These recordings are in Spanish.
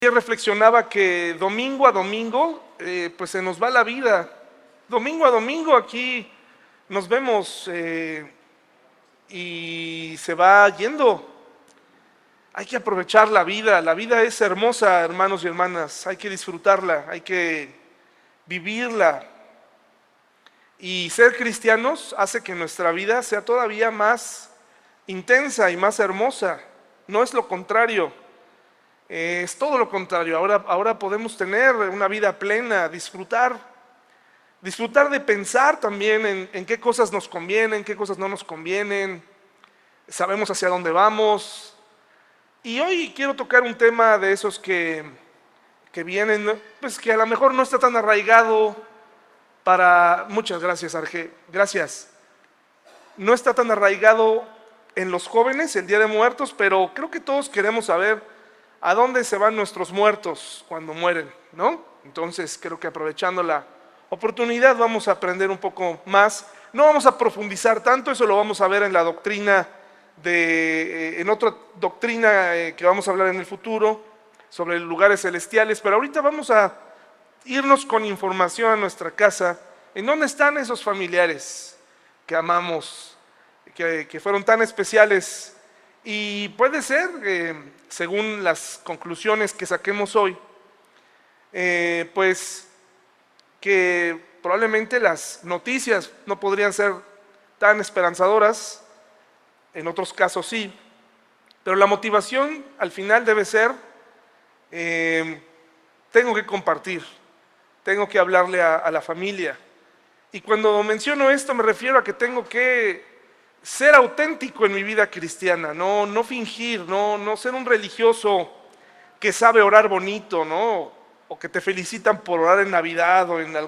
Yo reflexionaba que domingo a domingo, pues se nos va la vida. Domingo a domingo aquí nos vemos y se va yendo. Hay que aprovechar la vida. La vida es hermosa, hermanos y hermanas. Hay que disfrutarla, hay que vivirla. Y ser cristianos hace que nuestra vida sea todavía más intensa y más hermosa. No es lo contrario. Es todo lo contrario. Ahora podemos tener una vida plena, disfrutar de pensar también en qué cosas nos convienen, qué cosas no nos convienen. Sabemos hacia dónde vamos. Y hoy quiero tocar un tema de esos que vienen, pues que a lo mejor no está tan arraigado para... Muchas gracias, Arge. Gracias. No está tan arraigado en los jóvenes el Día de Muertos, pero creo que todos queremos saber ¿a dónde se van nuestros muertos cuando mueren? ¿No? Entonces creo que aprovechando la oportunidad vamos a aprender un poco más. No vamos a profundizar tanto, eso lo vamos a ver en la doctrina en otra doctrina que vamos a hablar en el futuro, sobre lugares celestiales, pero ahorita vamos a irnos con información a nuestra casa. ¿En dónde están esos familiares que amamos, que fueron tan especiales? Y puede ser, según las conclusiones que saquemos hoy, pues que probablemente las noticias no podrían ser tan esperanzadoras, en otros casos sí, pero la motivación al final debe ser, tengo que compartir, tengo que hablarle a la familia. Y cuando menciono esto me refiero a que tengo que ser auténtico en mi vida cristiana, no fingir, no ser un religioso que sabe orar bonito, ¿no? O que te felicitan por orar en Navidad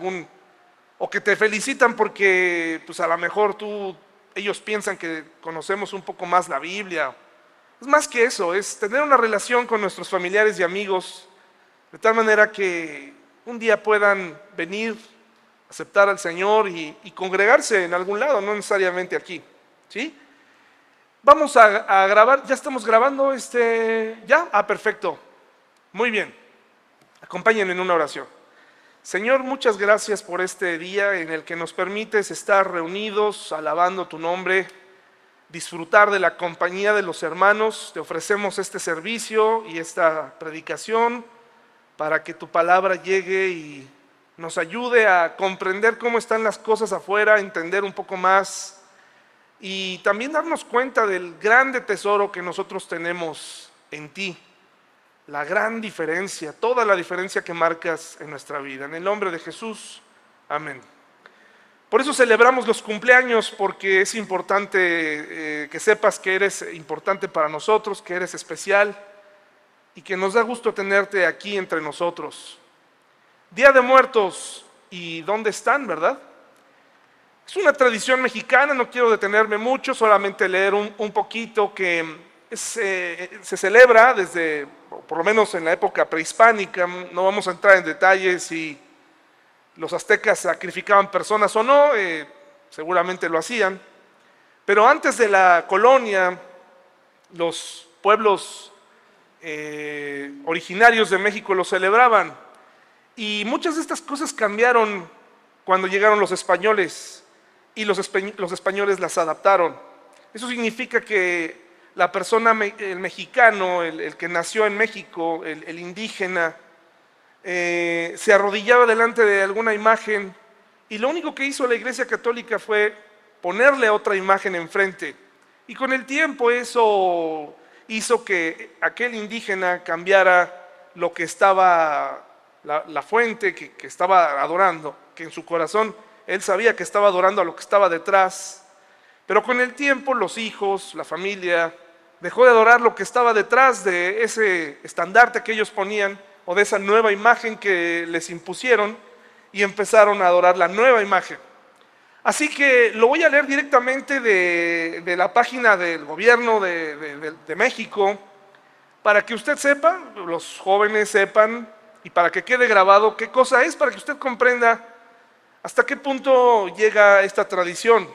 o que te felicitan porque pues a lo mejor ellos piensan que conocemos un poco más la Biblia. Es más que eso, es tener una relación con nuestros familiares y amigos de tal manera que un día puedan venir, aceptar al Señor y congregarse en algún lado, no necesariamente aquí. ¿Sí? Vamos a grabar, ¿ya estamos grabando ya? Perfecto. Muy bien. Acompáñenme en una oración. Señor, muchas gracias por este día en el que nos permites estar reunidos, alabando tu nombre, disfrutar de la compañía de los hermanos. Te ofrecemos este servicio y esta predicación para que tu palabra llegue y nos ayude a comprender cómo están las cosas afuera, entender un poco más y también darnos cuenta del grande tesoro que nosotros tenemos en ti, la gran diferencia, toda la diferencia que marcas en nuestra vida. En el nombre de Jesús, amén. Por eso celebramos los cumpleaños, porque es importante que sepas que eres importante para nosotros, que eres especial y que nos da gusto tenerte aquí entre nosotros. Día de Muertos, ¿y dónde están, verdad? Es una tradición mexicana, no quiero detenerme mucho, solamente leer un poquito que se celebra desde, por lo menos en la época prehispánica. No vamos a entrar en detalles si los aztecas sacrificaban personas o no, seguramente lo hacían, pero antes de la colonia, los pueblos originarios de México lo celebraban, y muchas de estas cosas cambiaron cuando llegaron los españoles. Y los españoles las adaptaron. Eso significa que la persona, el mexicano, el que nació en México, el indígena, se arrodillaba delante de alguna imagen y lo único que hizo la Iglesia Católica fue ponerle otra imagen enfrente. Y con el tiempo eso hizo que aquel indígena cambiara lo que estaba, la fuente que estaba adorando, que en su corazón él sabía que estaba adorando a lo que estaba detrás, pero con el tiempo los hijos, la familia, dejó de adorar lo que estaba detrás de ese estandarte que ellos ponían o de esa nueva imagen que les impusieron y empezaron a adorar la nueva imagen. Así que lo voy a leer directamente de la página del gobierno de México para que usted sepa, los jóvenes sepan y para que quede grabado qué cosa es, para que usted comprenda ¿hasta qué punto llega esta tradición?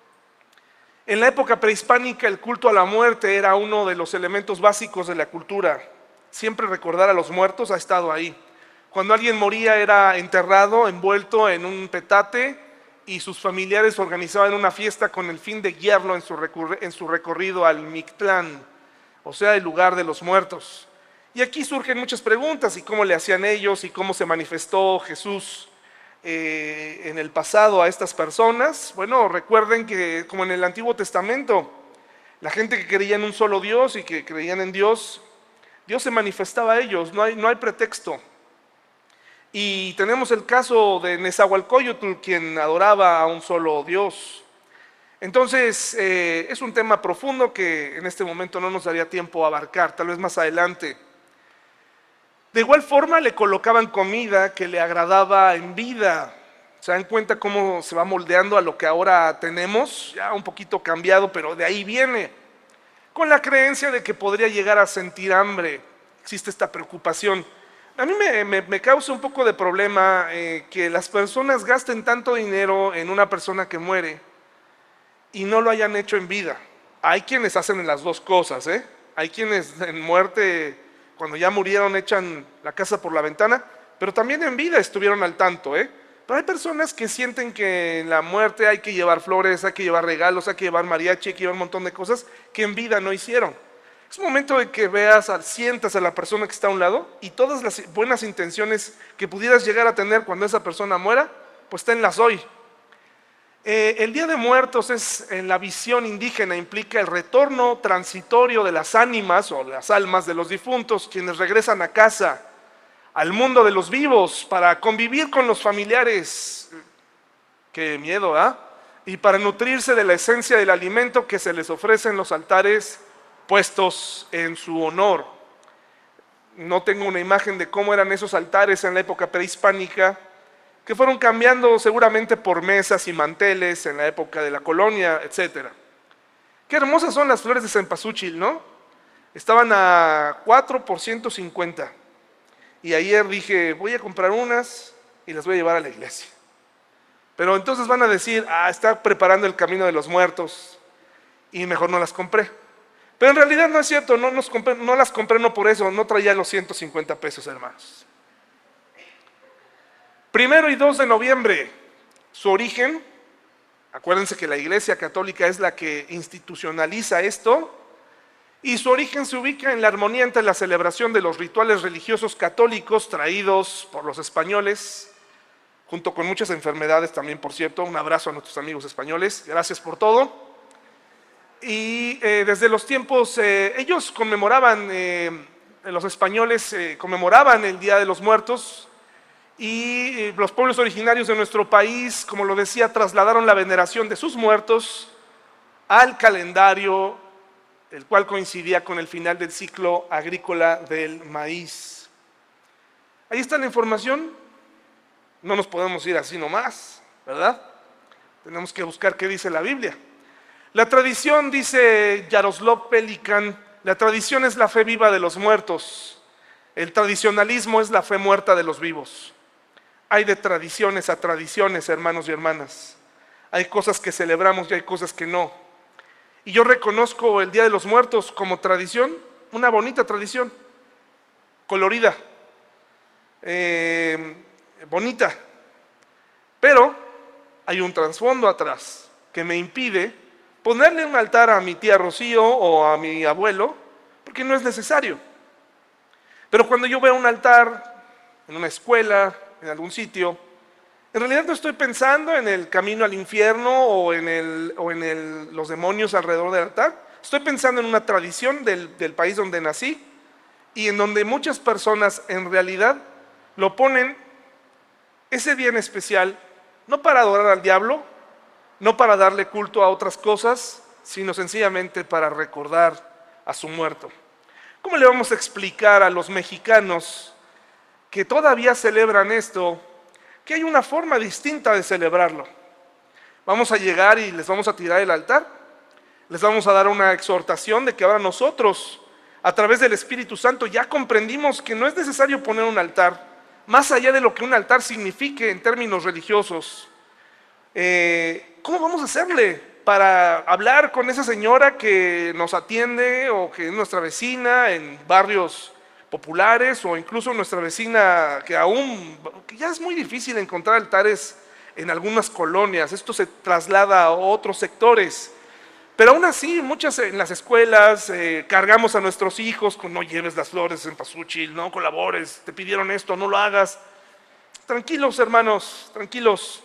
En la época prehispánica el culto a la muerte era uno de los elementos básicos de la cultura. siempre recordar a los muertos ha estado ahí. Cuando alguien moría era enterrado, envuelto en un petate, y sus familiares organizaban una fiesta con el fin de guiarlo en su recorrido al Mictlán, o sea, el lugar de los muertos. Y aquí surgen muchas preguntas, y cómo le hacían ellos, y cómo se manifestó Jesús en el pasado a estas personas. Bueno, recuerden que como en el Antiguo Testamento, la gente que creía en un solo Dios y que creían en Dios, Dios se manifestaba a ellos, no hay pretexto. Y tenemos el caso de Nezahualcóyotl, quien adoraba a un solo Dios. Entonces, es un tema profundo que en este momento no nos daría tiempo a abarcar, tal vez más adelante. De igual forma le colocaban comida que le agradaba en vida. ¿Se dan cuenta cómo se va moldeando a lo que ahora tenemos? Ya un poquito cambiado, pero de ahí viene. Con la creencia de que podría llegar a sentir hambre. Existe esta preocupación. A mí me causa un poco de problema que las personas gasten tanto dinero en una persona que muere y no lo hayan hecho en vida. Hay quienes hacen las dos cosas, ¿eh? Hay quienes en muerte, cuando ya murieron, echan la casa por la ventana, pero también en vida estuvieron al tanto, ¿eh? Pero hay personas que sienten que en la muerte hay que llevar flores, hay que llevar regalos, hay que llevar mariachi, hay que llevar un montón de cosas que en vida no hicieron. Es momento de que sientas a la persona que está a un lado y todas las buenas intenciones que pudieras llegar a tener cuando esa persona muera, pues tenlas hoy. El Día de Muertos en la visión indígena implica el retorno transitorio de las ánimas o las almas de los difuntos, quienes regresan a casa, al mundo de los vivos, para convivir con los familiares. Qué miedo, ¿ah? Y para nutrirse de la esencia del alimento que se les ofrece en los altares puestos en su honor. No tengo una imagen de cómo eran esos altares en la época prehispánica, que fueron cambiando seguramente por mesas y manteles en la época de la colonia, etc. Qué hermosas son las flores de cempasúchil, ¿no? Estaban a 4 por 150. Y ayer dije, voy a comprar unas y las voy a llevar a la iglesia. Pero entonces van a decir, está preparando el camino de los muertos, y mejor no las compré. Pero en realidad no es cierto, no las compré no por eso, no traía los 150 pesos, hermanos. 1 y 2 de noviembre, su origen, acuérdense que la Iglesia Católica es la que institucionaliza esto, y su origen se ubica en la armonía entre la celebración de los rituales religiosos católicos traídos por los españoles, junto con muchas enfermedades también, por cierto. Un abrazo a nuestros amigos españoles, gracias por todo. Y desde los tiempos, ellos conmemoraban, los españoles conmemoraban el Día de los Muertos, y los pueblos originarios de nuestro país, como lo decía, trasladaron la veneración de sus muertos al calendario, el cual coincidía con el final del ciclo agrícola del maíz. Ahí está la información. No nos podemos ir así nomás, ¿verdad? Tenemos que buscar qué dice la Biblia. La tradición, dice Jaroslav Pelikan, la tradición es la fe viva de los muertos. El tradicionalismo es la fe muerta de los vivos. Hay de tradiciones a tradiciones, hermanos y hermanas. Hay cosas que celebramos y hay cosas que no. Y yo reconozco el Día de los Muertos como tradición, una bonita tradición, colorida, bonita. Pero hay un trasfondo atrás que me impide ponerle un altar a mi tía Rocío o a mi abuelo, porque no es necesario. Pero cuando yo veo un altar en una escuela, en algún sitio, en realidad no estoy pensando en el camino al infierno o en los demonios alrededor del altar. Estoy pensando en una tradición del país donde nací y en donde muchas personas en realidad lo ponen ese día en especial, no para adorar al diablo, no para darle culto a otras cosas, sino sencillamente para recordar a su muerto. ¿Cómo le vamos a explicar a los mexicanos que todavía celebran esto, que hay una forma distinta de celebrarlo? Vamos a llegar y les vamos a tirar el altar, les vamos a dar una exhortación de que ahora nosotros, a través del Espíritu Santo, ya comprendimos que no es necesario poner un altar, más allá de lo que un altar signifique en términos religiosos. ¿Cómo vamos a hacerle para hablar con esa señora que nos atiende o que es nuestra vecina en barrios populares, o incluso nuestra vecina, que ya es muy difícil encontrar altares en algunas colonias. Esto se traslada a otros sectores. Pero aún así, muchas en las escuelas cargamos a nuestros hijos con: no lleves las flores en pasuchil, no colabores, te pidieron esto, no lo hagas. Tranquilos, hermanos, tranquilos.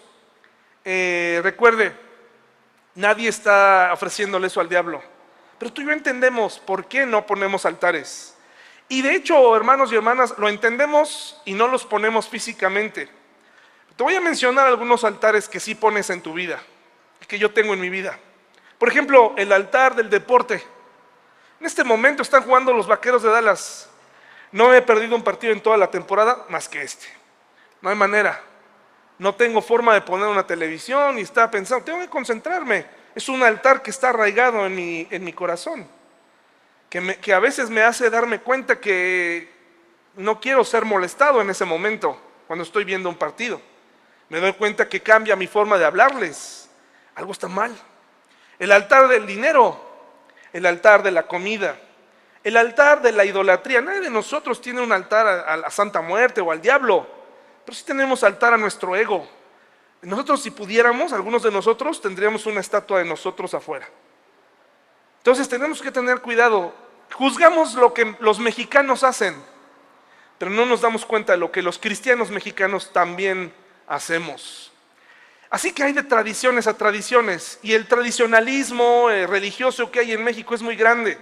Recuerde, nadie está ofreciéndole eso al diablo. Pero tú y yo entendemos por qué no ponemos altares. Y de hecho, hermanos y hermanas, lo entendemos y no los ponemos físicamente. Te voy a mencionar algunos altares que sí pones en tu vida, que yo tengo en mi vida. Por ejemplo, el altar del deporte. En este momento están jugando los Vaqueros de Dallas. No he perdido un partido en toda la temporada más que este. No hay manera. No tengo forma de poner una televisión y estaba pensando, tengo que concentrarme. Es un altar que está arraigado en mi corazón, que a veces me hace darme cuenta que no quiero ser molestado en ese momento, cuando estoy viendo un partido. Me doy cuenta que cambia mi forma de hablarles. Algo está mal. El altar del dinero, el altar de la comida, el altar de la idolatría. Nadie de nosotros tiene un altar a la Santa Muerte o al diablo, pero sí tenemos altar a nuestro ego. Nosotros, si pudiéramos, algunos de nosotros tendríamos una estatua de nosotros afuera. Entonces tenemos que tener cuidado. Juzgamos lo que los mexicanos hacen, pero no nos damos cuenta de lo que los cristianos mexicanos también hacemos. Así que hay de tradiciones a tradiciones, y el tradicionalismo religioso que hay en México es muy grande.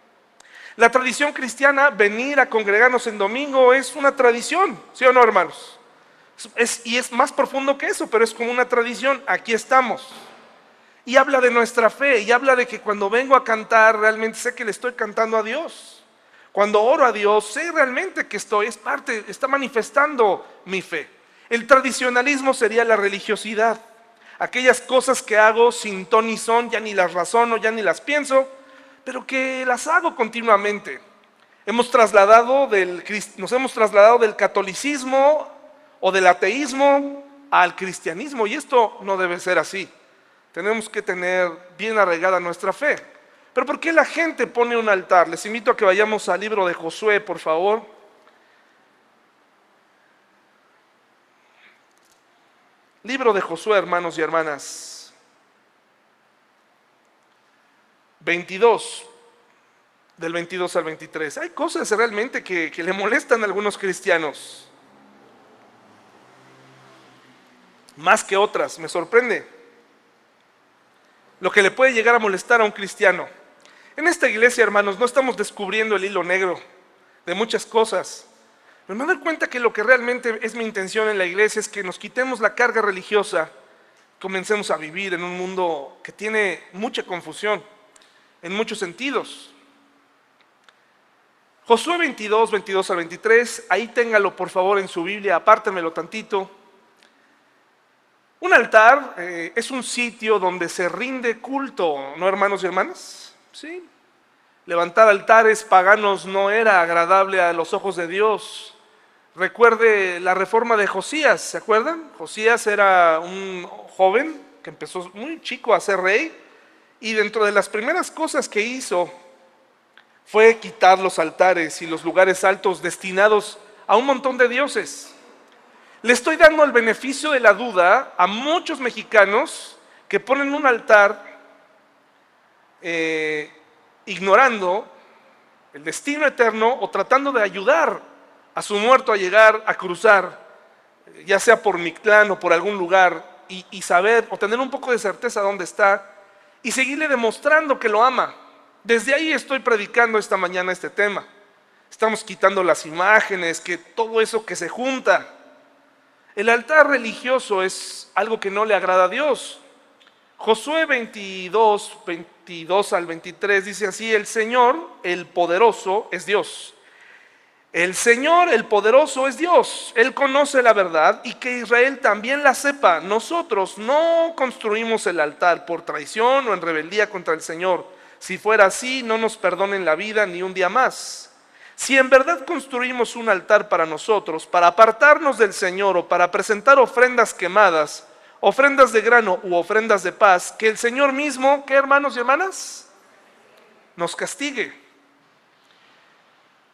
La tradición cristiana, venir a congregarnos en domingo, es una tradición, ¿sí o no, hermanos? Y es más profundo que eso, pero es como una tradición. Aquí estamos. Y habla de nuestra fe, y habla de que cuando vengo a cantar, realmente sé que le estoy cantando a Dios. Cuando oro a Dios, sé realmente que está manifestando mi fe. El tradicionalismo sería la religiosidad. Aquellas cosas que hago sin ton ni son, ya ni las razono, ya ni las pienso, pero que las hago continuamente. Nos hemos trasladado del catolicismo o del ateísmo al cristianismo, y esto no debe ser así. Tenemos que tener bien arraigada nuestra fe. Pero ¿por qué la gente pone un altar? Les invito a que vayamos al libro de Josué, por favor. Libro de Josué, hermanos y hermanas. 22, del 22 al 23. Hay cosas realmente que le molestan a algunos cristianos, más que otras. Me sorprende lo que le puede llegar a molestar a un cristiano. En esta iglesia, hermanos, no estamos descubriendo el hilo negro de muchas cosas. Pero me doy cuenta que lo que realmente es mi intención en la iglesia es que nos quitemos la carga religiosa, comencemos a vivir en un mundo que tiene mucha confusión en muchos sentidos. Josué 22, 22 al 23, ahí téngalo por favor en su Biblia, apártemelo tantito. Un altar es un sitio donde se rinde culto, ¿no, hermanos y hermanas? Sí. Levantar altares paganos no era agradable a los ojos de Dios. Recuerde la reforma de Josías, ¿se acuerdan? Josías era un joven que empezó muy chico a ser rey, y dentro de las primeras cosas que hizo fue quitar los altares y los lugares altos destinados a un montón de dioses. Le estoy dando el beneficio de la duda a muchos mexicanos que ponen un altar ignorando el destino eterno o tratando de ayudar a su muerto a llegar, a cruzar, ya sea por Mictlán o por algún lugar, y saber o tener un poco de certeza dónde está y seguirle demostrando que lo ama. Desde ahí estoy predicando esta mañana este tema. Estamos quitando las imágenes, que todo eso que se junta. El altar religioso es algo que no le agrada a Dios. Josué 22, 22 al 23 dice así: el Señor, el poderoso, es Dios. El Señor, el poderoso, es Dios. Él conoce la verdad y que Israel también la sepa. Nosotros no construimos el altar por traición o en rebeldía contra el Señor. Si fuera así, no nos perdonen la vida ni un día más. Si en verdad construimos un altar para nosotros, para apartarnos del Señor o para presentar ofrendas quemadas, ofrendas de grano u ofrendas de paz, que el Señor mismo, ¿qué, hermanos y hermanas? Nos castigue.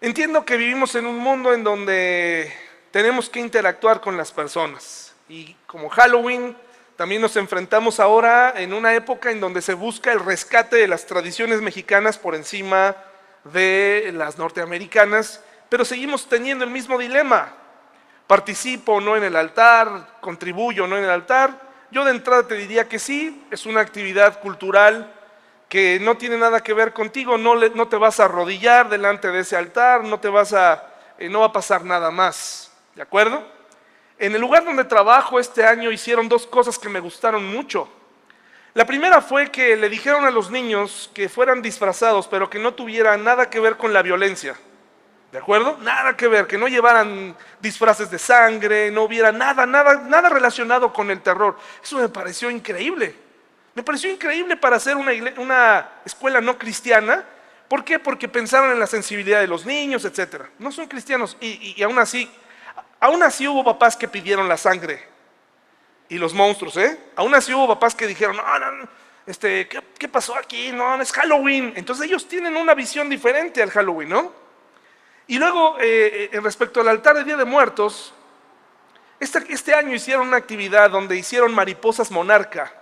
Entiendo que vivimos en un mundo en donde tenemos que interactuar con las personas. Y como Halloween, también nos enfrentamos ahora en una época en donde se busca el rescate de las tradiciones mexicanas por encima de las norteamericanas, pero seguimos teniendo el mismo dilema. ¿Participo o no en el altar? ¿Contribuyo o no en el altar? Yo de entrada te diría que sí, es una actividad cultural que no tiene nada que ver contigo, no te vas a arrodillar delante de ese altar, no va a pasar nada más, ¿de acuerdo? En el lugar donde trabajo este año hicieron dos cosas que me gustaron mucho. La primera fue que le dijeron a los niños que fueran disfrazados, pero que no tuvieran nada que ver con la violencia, ¿de acuerdo? Nada que ver, que no llevaran disfraces de sangre, no hubiera nada relacionado con el terror. Eso me pareció increíble. Me pareció increíble para ser una escuela no cristiana. ¿Por qué? Porque pensaron en la sensibilidad de los niños, etc. No son cristianos y aún así hubo papás que pidieron la sangre y los monstruos, ¿eh? Aún así hubo papás que dijeron, no, ¿qué pasó aquí? No, es Halloween. Entonces ellos tienen una visión diferente al Halloween, ¿no? Y luego, en respecto al altar de Día de Muertos, este año hicieron una actividad donde hicieron mariposas monarca.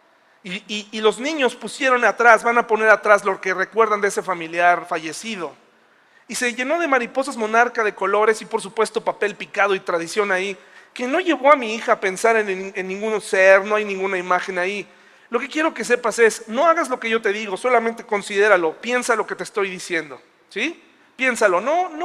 Y los niños van a poner atrás lo que recuerdan de ese familiar fallecido. Y se llenó de mariposas monarca de colores y por supuesto papel picado y tradición ahí, que no llevó a mi hija a pensar en ningún ser, no hay ninguna imagen ahí. Lo que quiero que sepas es, no hagas lo que yo te digo, solamente considéralo, piensa lo que te estoy diciendo, ¿sí? Piénsalo,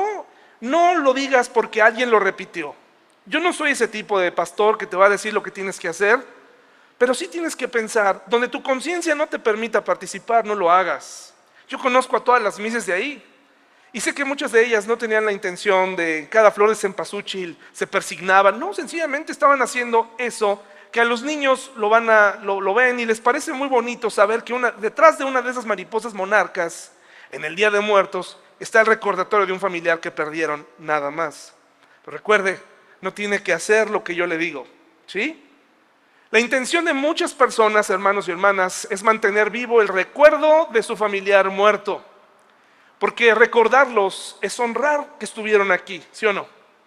no lo digas porque alguien lo repitió. Yo no soy ese tipo de pastor que te va a decir lo que tienes que hacer, pero sí tienes que pensar, donde tu conciencia no te permita participar, no lo hagas. Yo conozco a todas las mises de ahí, y sé que muchas de ellas no tenían la intención de cada flor de cempasúchil se persignaban, no, sencillamente estaban haciendo eso, que a los niños lo ven y les parece muy bonito saber que detrás de una de esas mariposas monarcas, en el Día de Muertos, está el recordatorio de un familiar que perdieron, nada más. Pero recuerde, no tiene que hacer lo que yo le digo, ¿sí? La intención de muchas personas, hermanos y hermanas, es mantener vivo el recuerdo de su familiar muerto. Porque recordarlos es honrar que estuvieron aquí, ¿sí o no?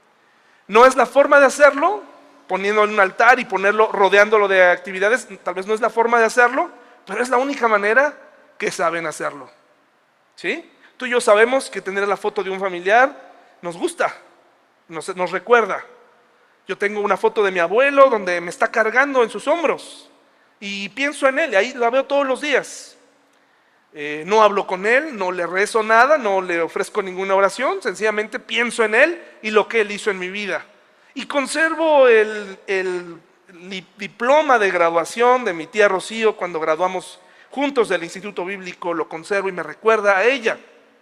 No es la forma de hacerlo, poniendo en un altar y rodeándolo de actividades, tal vez no es la forma de hacerlo, pero es la única manera que saben hacerlo, ¿sí? Tú y yo sabemos que tener la foto de un familiar nos gusta, nos recuerda. Yo tengo una foto de mi abuelo donde me está cargando en sus hombros y pienso en él, y ahí la veo todos los días. No hablo con él, no le rezo nada, no le ofrezco ninguna oración, sencillamente pienso en él y lo que él hizo en mi vida. Y conservo el diploma de graduación de mi tía Rocío cuando graduamos juntos del Instituto Bíblico, lo conservo y me recuerda a ella.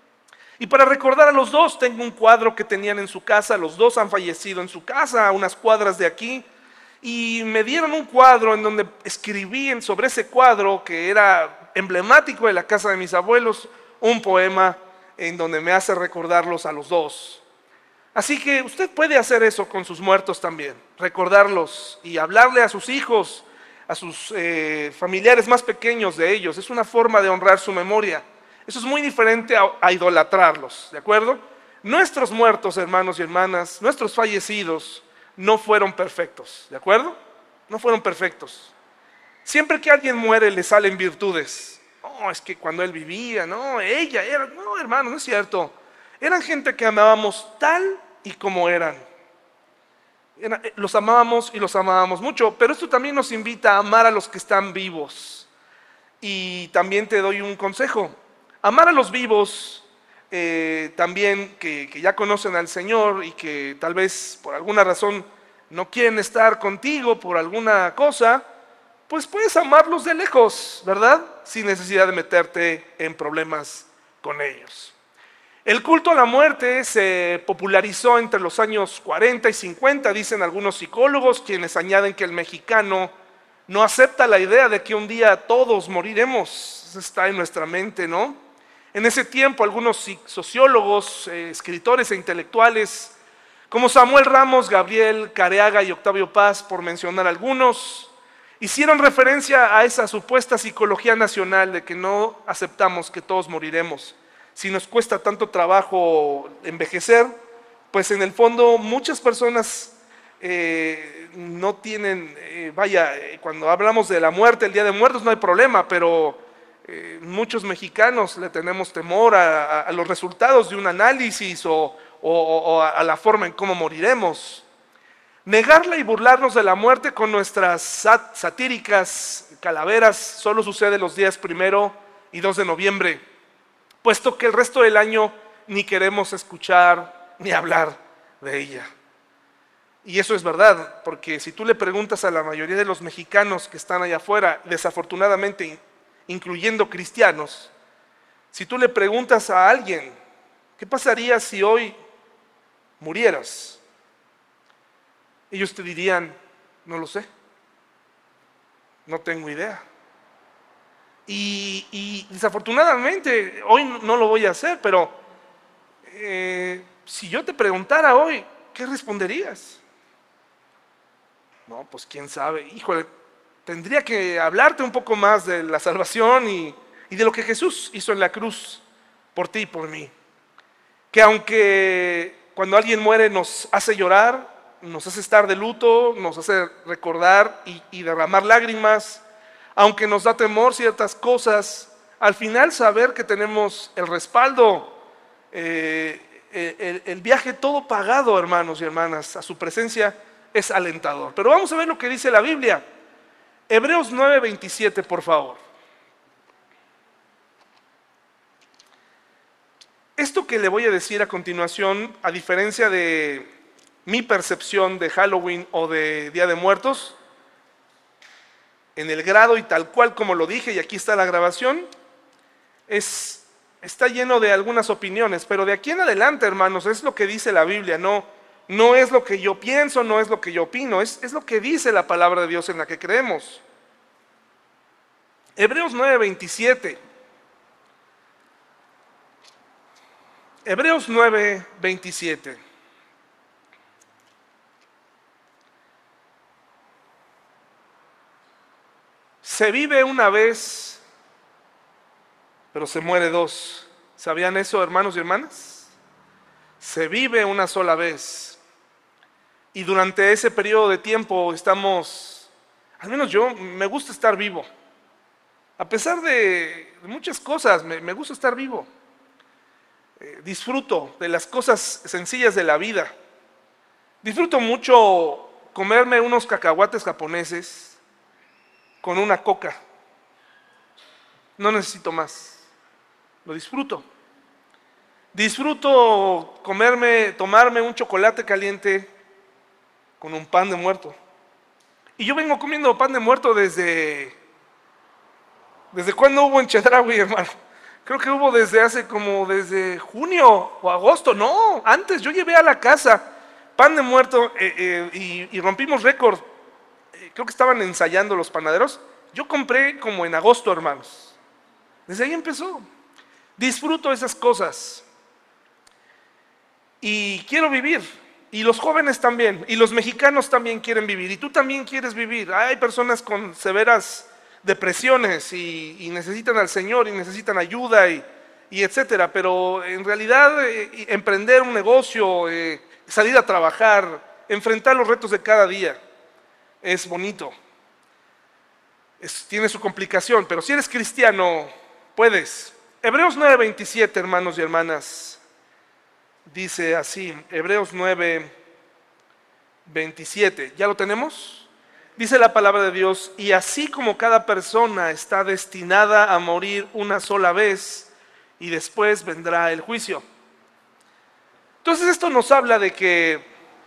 Y para recordar a los dos, tengo un cuadro que tenían en su casa, los dos han fallecido en su casa, a unas cuadras de aquí, y me dieron un cuadro en donde escribí sobre ese cuadro, que era emblemático de la casa de mis abuelos, un poema en donde me hace recordarlos a los dos. Así que usted puede hacer eso con sus muertos también, recordarlos y hablarle a sus hijos, a sus familiares más pequeños de ellos. Es una forma de honrar su memoria. Eso es muy diferente a idolatrarlos, ¿de acuerdo? Nuestros muertos, hermanos y hermanas, nuestros fallecidos, no fueron perfectos, ¿de acuerdo? No fueron perfectos. Siempre que alguien muere le salen virtudes. No, es que cuando él vivía, no, ella era, no, hermano, no es cierto. Eran gente que amábamos tal y como eran. Los amábamos y los amábamos mucho, pero esto también nos invita a amar a los que están vivos. Y también te doy un consejo. Amar a los vivos, también que ya conocen al Señor y que tal vez por alguna razón no quieren estar contigo por alguna cosa, pues puedes amarlos de lejos, ¿verdad? Sin necesidad de meterte en problemas con ellos. El culto a la muerte se popularizó entre los años 40 y 50, dicen algunos psicólogos, quienes añaden que el mexicano no acepta la idea de que un día todos moriremos. Eso está en nuestra mente, ¿no? En ese tiempo algunos sociólogos, escritores e intelectuales, como Samuel Ramos, Gabriel Careaga y Octavio Paz, por mencionar algunos, hicieron referencia a esa supuesta psicología nacional de que no aceptamos que todos moriremos. si nos cuesta tanto trabajo envejecer, pues en el fondo muchas personas no tienen, cuando hablamos de la muerte, el Día de Muertos no hay problema, pero muchos mexicanos le tenemos temor a los resultados de un análisis o a la forma en cómo moriremos. Negarla y burlarnos de la muerte con nuestras satíricas calaveras solo sucede los días 1 y 2 de noviembre, puesto que el resto del año ni queremos escuchar ni hablar de ella. Y eso es verdad, porque si tú le preguntas a la mayoría de los mexicanos que están allá afuera, desafortunadamente incluyendo cristianos, si tú le preguntas a alguien, ¿qué pasaría si hoy murieras? Ellos te dirían, no lo sé, no tengo idea. Y desafortunadamente hoy no lo voy a hacer, pero si yo te preguntara hoy, ¿qué responderías? No, pues quién sabe, híjole, tendría que hablarte un poco más de la salvación y de lo que Jesús hizo en la cruz por ti y por mí. Que aunque cuando alguien muere nos hace llorar, nos hace estar de luto, nos hace recordar y derramar lágrimas, aunque nos da temor ciertas cosas, al final saber que tenemos el respaldo, el viaje todo pagado, hermanos y hermanas, a su presencia es alentador. Pero vamos a ver lo que dice la Biblia. Hebreos 9:27, por favor. Esto que le voy a decir a continuación, a diferencia de mi percepción de Halloween o de Día de Muertos, en el grado y tal cual como lo dije, y aquí está la grabación, está lleno de algunas opiniones, pero de aquí en adelante, hermanos, es lo que dice la Biblia, no es lo que yo pienso, no es lo que yo opino, es lo que dice la palabra de Dios en la que creemos. Hebreos 9:27. Hebreos 9:27. Se vive una vez, pero se muere dos. ¿Sabían eso, hermanos y hermanas? Se vive una sola vez. Y durante ese periodo de tiempo estamos, al menos yo, me gusta estar vivo. A pesar de muchas cosas, me gusta estar vivo. Disfruto de las cosas sencillas de la vida. Disfruto mucho comerme unos cacahuates japoneses con una coca. No necesito más. Lo disfruto. Disfruto tomarme un chocolate caliente con un pan de muerto. Y yo vengo comiendo pan de muerto ¿desde cuándo hubo en Chedraui, hermano? Creo que hubo desde junio o agosto. No, antes yo llevé a la casa pan de muerto y rompimos récord. Creo que estaban ensayando los panaderos. Yo compré como en agosto, hermanos. Desde ahí empezó. Disfruto esas cosas. Y quiero vivir. Y los jóvenes también. Y los mexicanos también quieren vivir. Y tú también quieres vivir. Hay personas con severas depresiones y necesitan al Señor y necesitan ayuda y etcétera. Pero en realidad emprender un negocio, salir a trabajar, enfrentar los retos de cada día es bonito. Tiene su complicación, pero si eres cristiano, puedes. Hebreos 9:27, hermanos y hermanas, dice así, Hebreos 9:27, ¿ya lo tenemos? Dice la palabra de Dios, y así como cada persona está destinada a morir una sola vez, y después vendrá el juicio. Entonces esto nos habla de que,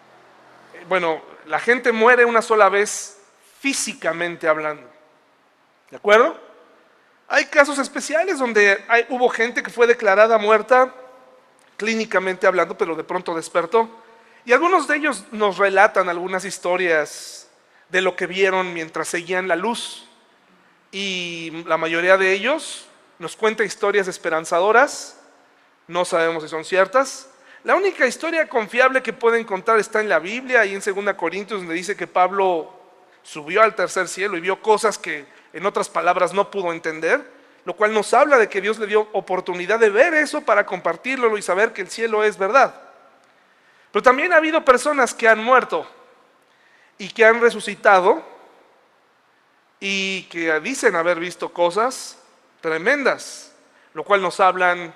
la gente muere una sola vez físicamente hablando. ¿De acuerdo? Hay casos especiales donde hubo gente que fue declarada muerta clínicamente hablando, pero de pronto despertó. Y algunos de ellos nos relatan algunas historias de lo que vieron mientras seguían la luz. Y la mayoría de ellos nos cuenta historias esperanzadoras. No sabemos si son ciertas. La única historia confiable que pueden contar está en la Biblia y en 2 Corintios, donde dice que Pablo subió al tercer cielo y vio cosas que en otras palabras no pudo entender. lo cual nos habla de que Dios le dio oportunidad de ver eso para compartirlo y saber que el cielo es verdad. Pero también ha habido personas que han muerto y que han resucitado y que dicen haber visto cosas tremendas, lo cual nos hablan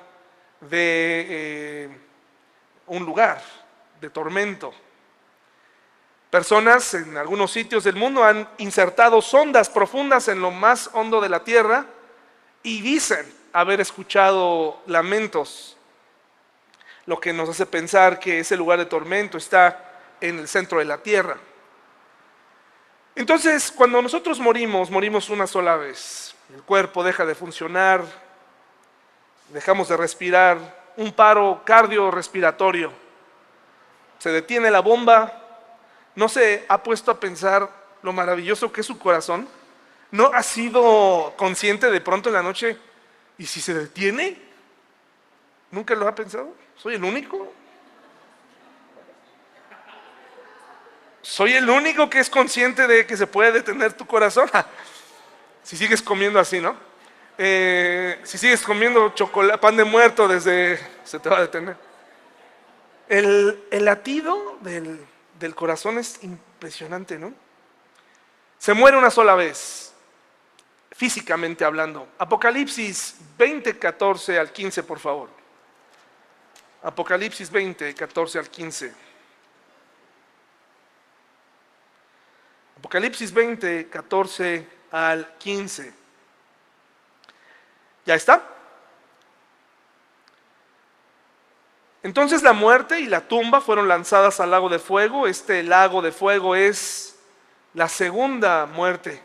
de un lugar de tormento. Personas en algunos sitios del mundo han insertado sondas profundas en lo más hondo de la tierra y dicen haber escuchado lamentos, lo que nos hace pensar que ese lugar de tormento está en el centro de la tierra. Entonces, cuando nosotros morimos una sola vez. El cuerpo deja de funcionar, dejamos de respirar, un paro cardiorrespiratorio. Se detiene la bomba. ¿No se ha puesto a pensar lo maravilloso que es su corazón? ¿No ha sido consciente de pronto en la noche? ¿Y si se detiene? ¿Nunca lo ha pensado? ¿Soy el único? ¿Soy el único que es consciente de que se puede detener tu corazón? Si sigues comiendo así, ¿no? Si sigues comiendo chocolate, pan de muerto, se te va a detener. El latido del corazón es impresionante, ¿no? Se muere una sola vez, físicamente hablando. Apocalipsis 20, 14 al 15, por favor. Apocalipsis 20, 14 al 15. Apocalipsis 20, 14 al 15. ¿Ya está? Entonces la muerte y la tumba fueron lanzadas al lago de fuego. Este lago de fuego es la segunda muerte.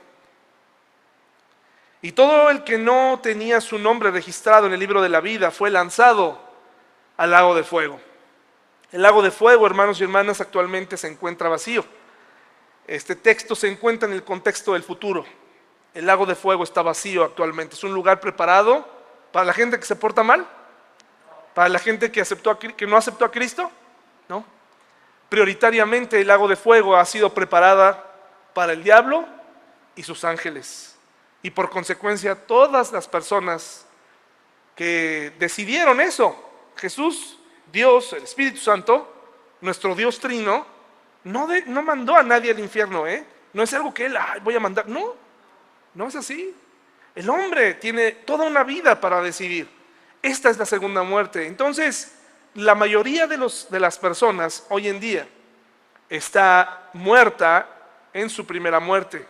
Y todo el que no tenía su nombre registrado en el libro de la vida fue lanzado al lago de fuego. El lago de fuego, hermanos y hermanas, actualmente se encuentra vacío. Este texto se encuentra en el contexto del futuro. El lago de fuego está vacío actualmente. Es un lugar preparado para la gente que se porta mal, para la gente que no aceptó a Cristo, ¿no? Prioritariamente el lago de fuego ha sido preparada para el diablo y sus ángeles. Y por consecuencia todas las personas que decidieron eso, Jesús, Dios, el Espíritu Santo, nuestro Dios trino, no mandó a nadie al infierno, no es algo que Él, voy a mandar, no es así. El hombre tiene toda una vida para decidir. Esta es la segunda muerte. Entonces, la mayoría de las personas hoy en día está muerta en su primera muerte.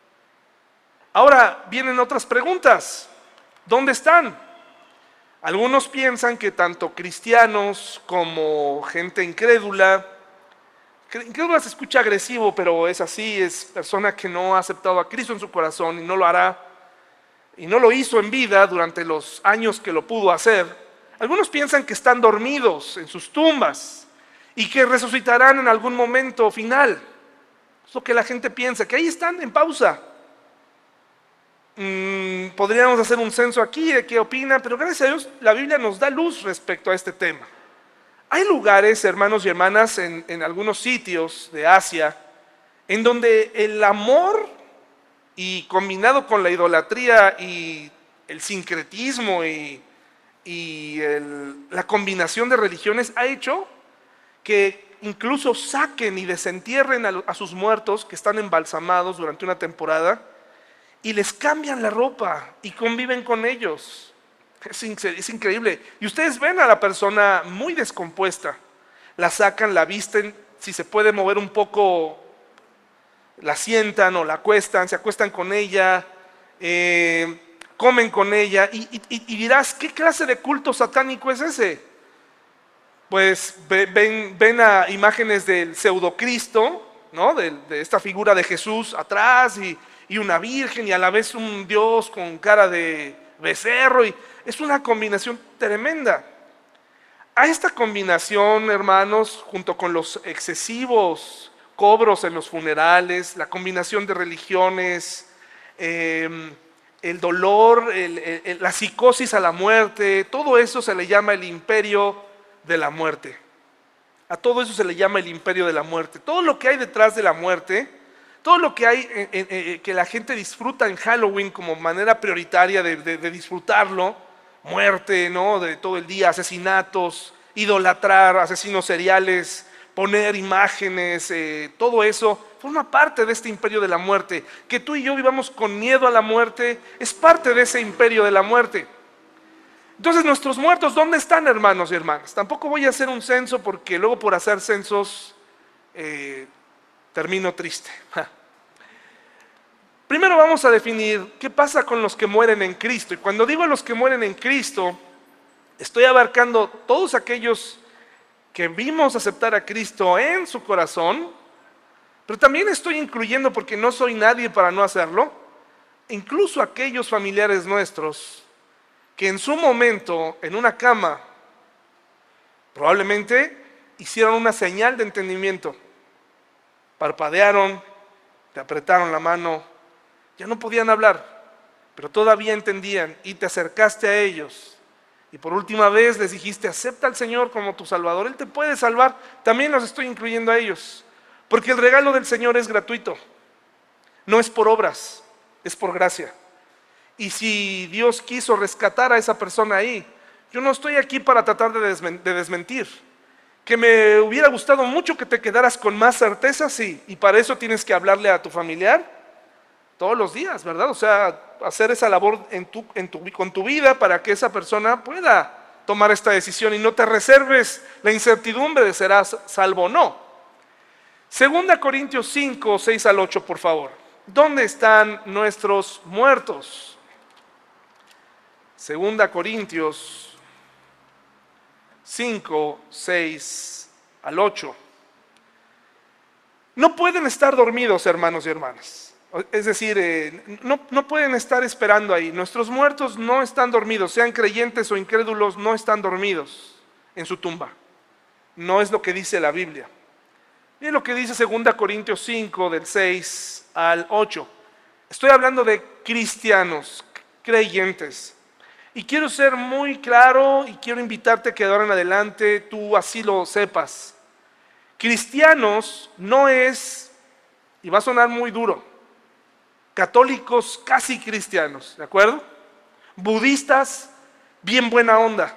Ahora vienen otras preguntas. ¿Dónde están? Algunos piensan que tanto cristianos como gente incrédula se escucha agresivo, pero es así, es persona que no ha aceptado a Cristo en su corazón y no lo hará, y no lo hizo en vida durante los años que lo pudo hacer. Algunos piensan que están dormidos en sus tumbas y que resucitarán en algún momento final. Es lo que la gente piensa, que ahí están en pausa. Podríamos hacer un censo aquí de qué opina, pero gracias a Dios la Biblia nos da luz respecto a este tema. Hay lugares, hermanos y hermanas, en algunos sitios de Asia, en donde el amor y combinado con la idolatría y el sincretismo y la combinación de religiones ha hecho que incluso saquen y desentierren a sus muertos que están embalsamados durante una temporada y les cambian la ropa y conviven con ellos. Es increíble. Y ustedes ven a la persona muy descompuesta, la sacan, la visten, si se puede mover un poco, la sientan o la acuestan, se acuestan con ella, comen con ella, y dirás, ¿qué clase de culto satánico es ese? Pues ven a imágenes del pseudocristo, ¿no? De esta figura de Jesús atrás y una virgen y a la vez un Dios con cara de becerro, y es una combinación tremenda. A esta combinación, hermanos, junto con los excesivos cobros en los funerales, la combinación de religiones, el dolor, la psicosis a la muerte, todo eso se le llama el imperio de la muerte. A todo eso se le llama el imperio de la muerte. Todo lo que hay detrás de la muerte Todo lo que hay que la gente disfruta en Halloween como manera prioritaria de disfrutarlo, muerte, ¿no? De todo el día, asesinatos, idolatrar, asesinos seriales, poner imágenes, todo eso forma parte de este imperio de la muerte. Que tú y yo vivamos con miedo a la muerte es parte de ese imperio de la muerte. Entonces nuestros muertos, ¿dónde están, hermanos y hermanas? Tampoco voy a hacer un censo porque luego por hacer censos termino triste. Primero vamos a definir qué pasa con los que mueren en Cristo. Y cuando digo los que mueren en Cristo, estoy abarcando todos aquellos que vimos aceptar a Cristo en su corazón, pero también estoy incluyendo, porque no soy nadie para no hacerlo, incluso aquellos familiares nuestros que en su momento, en una cama, probablemente hicieron una señal de entendimiento, parpadearon, te apretaron la mano, ya no podían hablar, pero todavía entendían y te acercaste a ellos y por última vez les dijiste: acepta al Señor como tu Salvador, Él te puede salvar. También los estoy incluyendo a ellos, porque el regalo del Señor es gratuito, no es por obras, es por gracia. Y si Dios quiso rescatar a esa persona ahí, yo no estoy aquí para tratar de desmentir. Que me hubiera gustado mucho que te quedaras con más certeza, sí, y para eso tienes que hablarle a tu familiar todos los días, ¿verdad? O sea, hacer esa labor con tu vida para que esa persona pueda tomar esta decisión y no te reserves la incertidumbre de serás salvo o no. 2 Corintios 5, 6 al 8, por favor. ¿Dónde están nuestros muertos? 2 Corintios 5, 6 al 8. No pueden estar dormidos, hermanos y hermanas. Es decir, no pueden estar esperando ahí. Nuestros muertos no están dormidos, sean creyentes o incrédulos, no están dormidos en su tumba. No es lo que dice la Biblia. Miren lo que dice 2 Corintios 5, del 6 al 8. Estoy hablando de cristianos, creyentes. Y quiero ser muy claro y quiero invitarte a que de ahora en adelante tú así lo sepas. Cristianos no es, y va a sonar muy duro, católicos casi cristianos, ¿de acuerdo? Budistas, bien buena onda.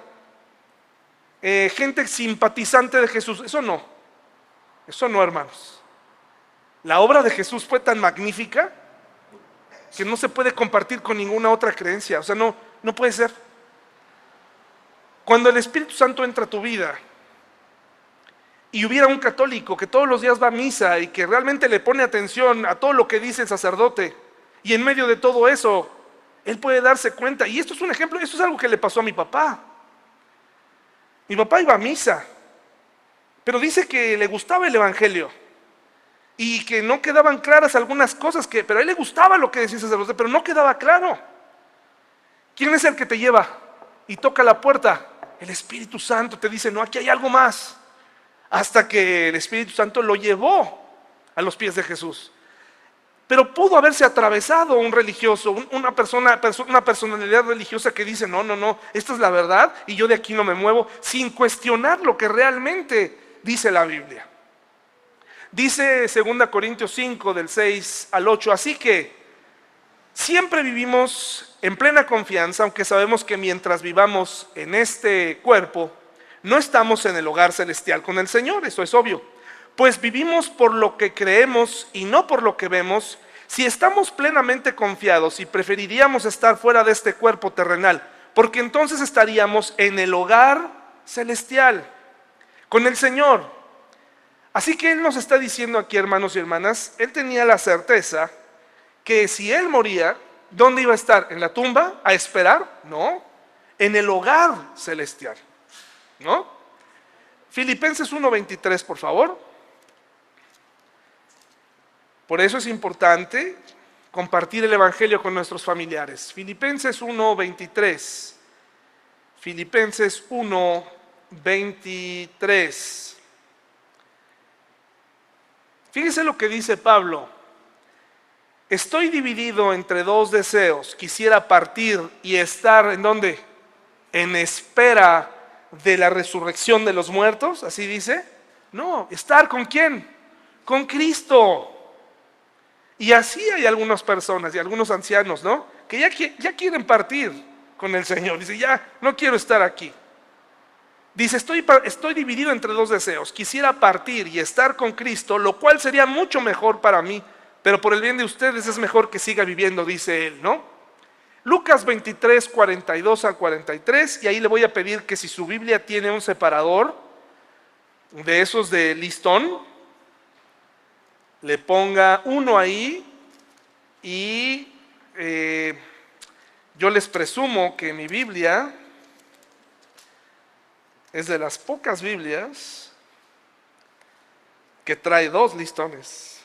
Gente simpatizante de Jesús, eso no, hermanos. La obra de Jesús fue tan magnífica que no se puede compartir con ninguna otra creencia, o sea, no puede ser. Cuando el Espíritu Santo entra a tu vida y hubiera un católico que todos los días va a misa y que realmente le pone atención a todo lo que dice el sacerdote, y en medio de todo eso, él puede darse cuenta, y esto es un ejemplo, esto es algo que le pasó a mi papá. Mi papá iba a misa, pero dice que le gustaba el evangelio y que no quedaban claras algunas cosas, pero a él le gustaba lo que decía el sacerdote, pero no quedaba claro. ¿Quién es el que te lleva y toca la puerta? El Espíritu Santo te dice: no, aquí hay algo más. Hasta que el Espíritu Santo lo llevó a los pies de Jesús. Pero pudo haberse atravesado un religioso, una personalidad religiosa que dice: no, esta es la verdad y yo de aquí no me muevo, sin cuestionar lo que realmente dice la Biblia. Dice 2 Corintios 5, del 6 al 8, así que siempre vivimos en plena confianza, aunque sabemos que mientras vivamos en este cuerpo, no estamos en el hogar celestial con el Señor, eso es obvio. Pues vivimos por lo que creemos y no por lo que vemos. Si estamos plenamente confiados y preferiríamos estar fuera de este cuerpo terrenal, porque entonces estaríamos en el hogar celestial con el Señor. Así que Él nos está diciendo aquí, hermanos y hermanas, Él tenía la certeza que si Él moría, ¿dónde iba a estar? ¿En la tumba? ¿A esperar? No, en el hogar celestial, ¿no? Filipenses 1:23, por favor. Por eso es importante compartir el evangelio con nuestros familiares. Filipenses 1:23. Filipenses 1:23. Fíjese lo que dice Pablo: estoy dividido entre dos deseos, quisiera partir y estar ¿en dónde? En espera de la resurrección de los muertos, así dice. No, estar ¿con quién? Con Cristo. Y así hay algunas personas y algunos ancianos, ¿no? Que ya quieren partir con el Señor. Dice, ya no quiero estar aquí. Dice, estoy dividido entre dos deseos. Quisiera partir y estar con Cristo, lo cual sería mucho mejor para mí, pero por el bien de ustedes es mejor que siga viviendo, dice él, ¿no? Lucas 23, 42 al 43, y ahí le voy a pedir que si su Biblia tiene un separador de esos de listón, le ponga uno ahí y yo les presumo que mi Biblia es de las pocas Biblias que trae dos listones.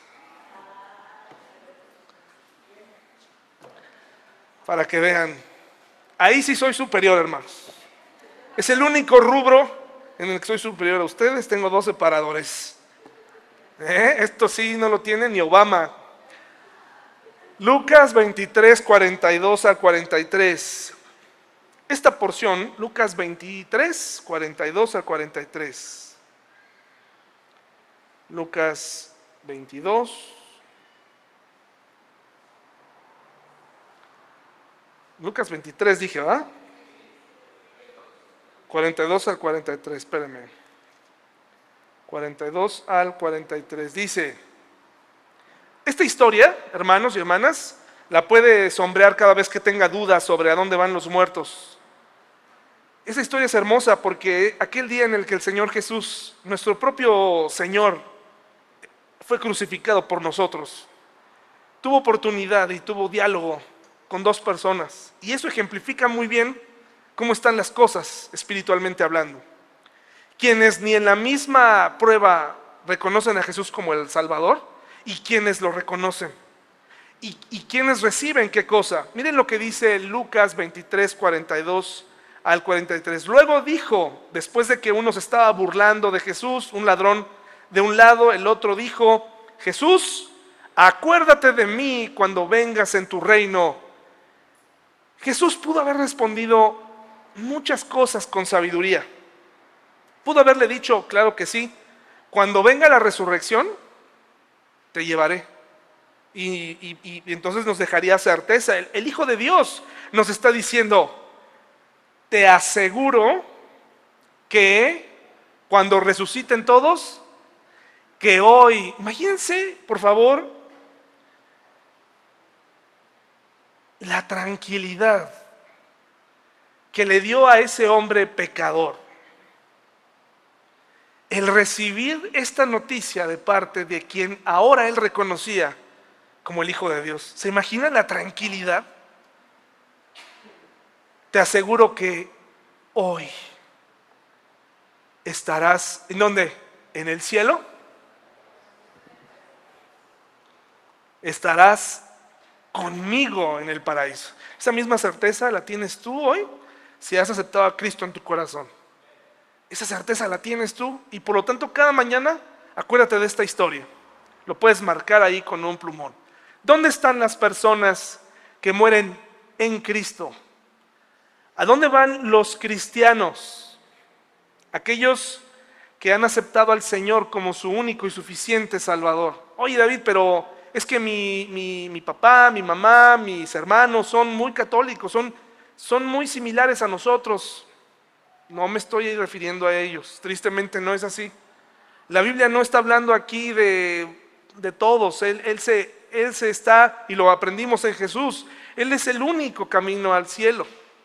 Para que vean, ahí sí soy superior, hermanos. Es el único rubro en el que soy superior a ustedes. Tengo dos separadores. Esto sí no lo tiene ni Obama. Lucas 23, 42 al 43. Esta porción, Lucas 23, 42 al 43. Lucas 22. Lucas 23 dije, ¿verdad? 42 al 43, espérenme. 42 al 43. Dice, esta historia, hermanos y hermanas, la puede sombrear cada vez que tenga dudas sobre a dónde van los muertos. Esa historia es hermosa porque aquel día en el que el Señor Jesús, nuestro propio Señor, fue crucificado por nosotros, tuvo oportunidad y tuvo diálogo con dos personas. Y eso ejemplifica muy bien cómo están las cosas espiritualmente hablando. Quienes ni en la misma prueba reconocen a Jesús como el Salvador y quienes lo reconocen. Y quienes reciben qué cosa. Miren lo que dice Lucas 23, 42 al 43. Luego dijo, después de que uno se estaba burlando de Jesús, un ladrón de un lado, el otro dijo, Jesús, acuérdate de mí cuando vengas en tu reino. Jesús pudo haber respondido muchas cosas con sabiduría. Pudo haberle dicho, claro que sí, cuando venga la resurrección, te llevaré. Y entonces nos dejaría certeza. El Hijo de Dios nos está diciendo, te aseguro que cuando resuciten todos, que hoy, imagínense, por favor, la tranquilidad que le dio a ese hombre pecador el recibir esta noticia de parte de quien ahora él reconocía como el Hijo de Dios. ¿Se imagina la tranquilidad? Te aseguro que hoy estarás, ¿en dónde? ¿En el cielo? Estarás conmigo en el paraíso. Esa misma certeza la tienes tú hoy si has aceptado a Cristo en tu corazón. Esa certeza la tienes tú y por lo tanto cada mañana acuérdate de esta historia. Lo puedes marcar ahí con un plumón. ¿Dónde están las personas que mueren en Cristo? ¿A dónde van los cristianos? Aquellos que han aceptado al Señor como su único y suficiente Salvador. Oye David, pero es que mi papá, mi mamá, mis hermanos son muy católicos, son muy similares a nosotros. No me estoy refiriendo a ellos, tristemente no es así. La Biblia no está hablando aquí de todos, Él se está, y lo aprendimos en Jesús, Él es el único camino al cielo.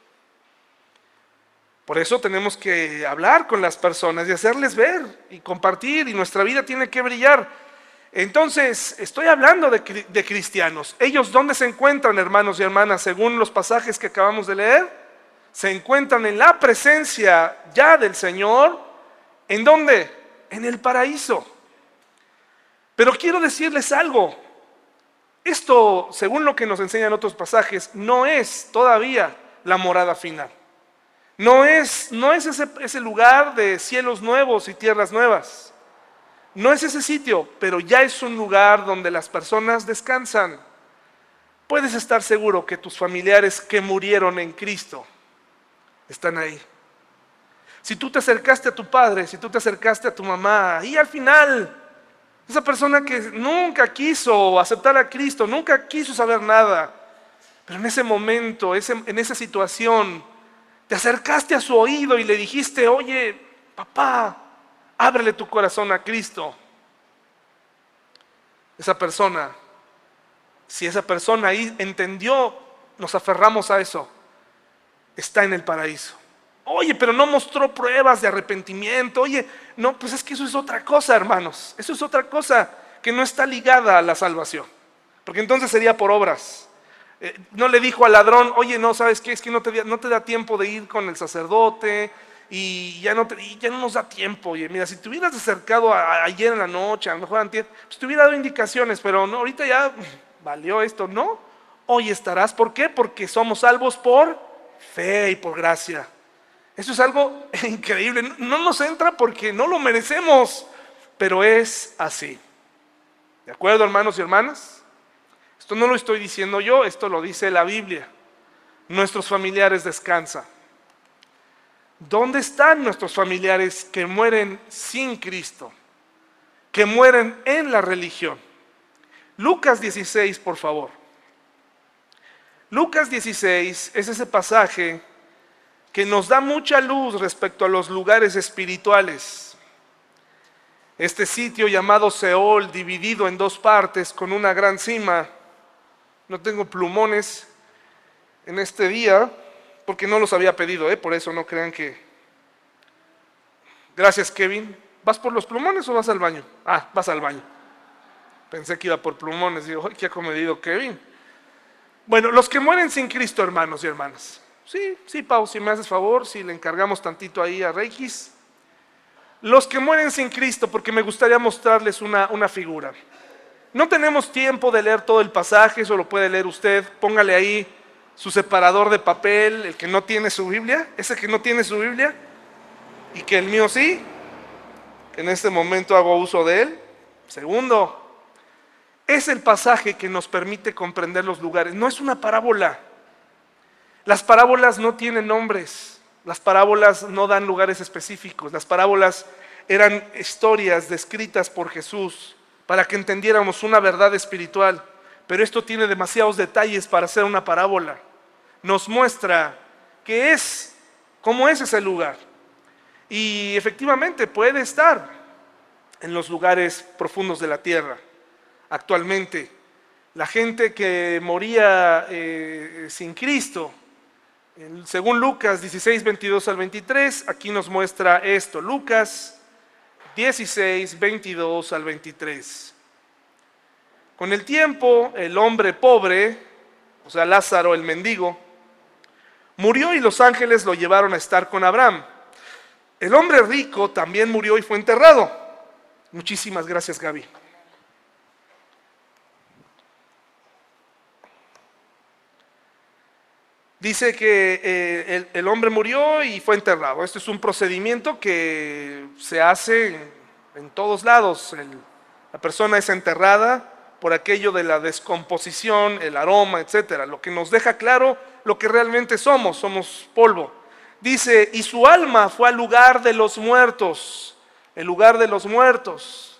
Por eso tenemos que hablar con las personas y hacerles ver y compartir, y nuestra vida tiene que brillar. Entonces, estoy hablando de cristianos. ¿Ellos dónde se encuentran, hermanos y hermanas, según los pasajes que acabamos de leer? Se encuentran en la presencia ya del Señor. ¿En dónde? En el paraíso. Pero quiero decirles algo. Esto, según lo que nos enseñan otros pasajes, no es todavía la morada final. No es ese lugar de cielos nuevos y tierras nuevas. No es ese sitio, pero ya es un lugar donde las personas descansan. Puedes estar seguro que tus familiares que murieron en Cristo están ahí. Si tú te acercaste a tu padre, si tú te acercaste a tu mamá, y al final Esa persona que nunca quiso aceptar a Cristo, nunca quiso saber nada. Pero en ese momento, en esa situación, te acercaste a su oído y le dijiste: oye, papá, ábrele tu corazón a Cristo. Esa persona, si esa persona ahí entendió, nos aferramos a eso, está en el paraíso. Oye, pero no mostró pruebas de arrepentimiento. Oye, no, pues es que eso es otra cosa, hermanos. Eso es otra cosa que no está ligada a la salvación. Porque entonces sería por obras. No le dijo al ladrón: oye, no, ¿sabes qué? Es que no te da tiempo de ir con el sacerdote y ya no nos da tiempo. Oye, mira, si te hubieras acercado ayer en la noche, a lo mejor antier, pues te hubiera dado indicaciones, pero no, ahorita ya valió esto, ¿no? Hoy estarás. ¿Por qué? Porque somos salvos por fe y por gracia. Eso es algo increíble. No nos entra porque no lo merecemos, pero es así. ¿De acuerdo, hermanos y hermanas? Esto no lo estoy diciendo yo, esto lo dice la Biblia. Nuestros familiares descansan. ¿Dónde están nuestros familiares que mueren sin Cristo? Que mueren en la religión. Lucas 16, por favor. Lucas 16 es ese pasaje que nos da mucha luz respecto a los lugares espirituales. Este sitio llamado Seol, dividido en dos partes con una gran cima. No tengo plumones en este día, porque no los había pedido, por eso no crean que... Gracias, Kevin. ¿Vas por los plumones o vas al baño? Ah, vas al baño. Pensé que iba por plumones. Digo, ¡ay, qué acomedido, Kevin! Bueno, los que mueren sin Cristo, hermanos y hermanas. Sí, Pau, si me haces favor, si le encargamos tantito ahí a Reikis. Los que mueren sin Cristo, porque me gustaría mostrarles una figura. No tenemos tiempo de leer todo el pasaje, eso lo puede leer usted. Póngale ahí su separador de papel, el que no tiene su Biblia, ese que no tiene su Biblia, y que el mío sí, que en este momento hago uso de él. Segundo, es el pasaje que nos permite comprender los lugares, no es una parábola. Las parábolas no tienen nombres, las parábolas no dan lugares específicos, las parábolas eran historias descritas por Jesús para que entendiéramos una verdad espiritual, pero esto tiene demasiados detalles para ser una parábola. Nos muestra cómo es ese lugar, y efectivamente puede estar en los lugares profundos de la tierra. Actualmente, la gente que moría sin Cristo, según Lucas 16, 22 al 23, aquí nos muestra esto. Lucas 16, 22 al 23. Con el tiempo, el hombre pobre, o sea, Lázaro el mendigo, murió y los ángeles lo llevaron a estar con Abraham. El hombre rico también murió y fue enterrado. Muchísimas gracias, Gaby. Dice que el hombre murió y fue enterrado. Este es un procedimiento que se hace en todos lados. La persona es enterrada por aquello de la descomposición, el aroma, etcétera. Lo que nos deja claro lo que realmente somos polvo. Dice, y su alma fue al lugar de los muertos. El lugar de los muertos.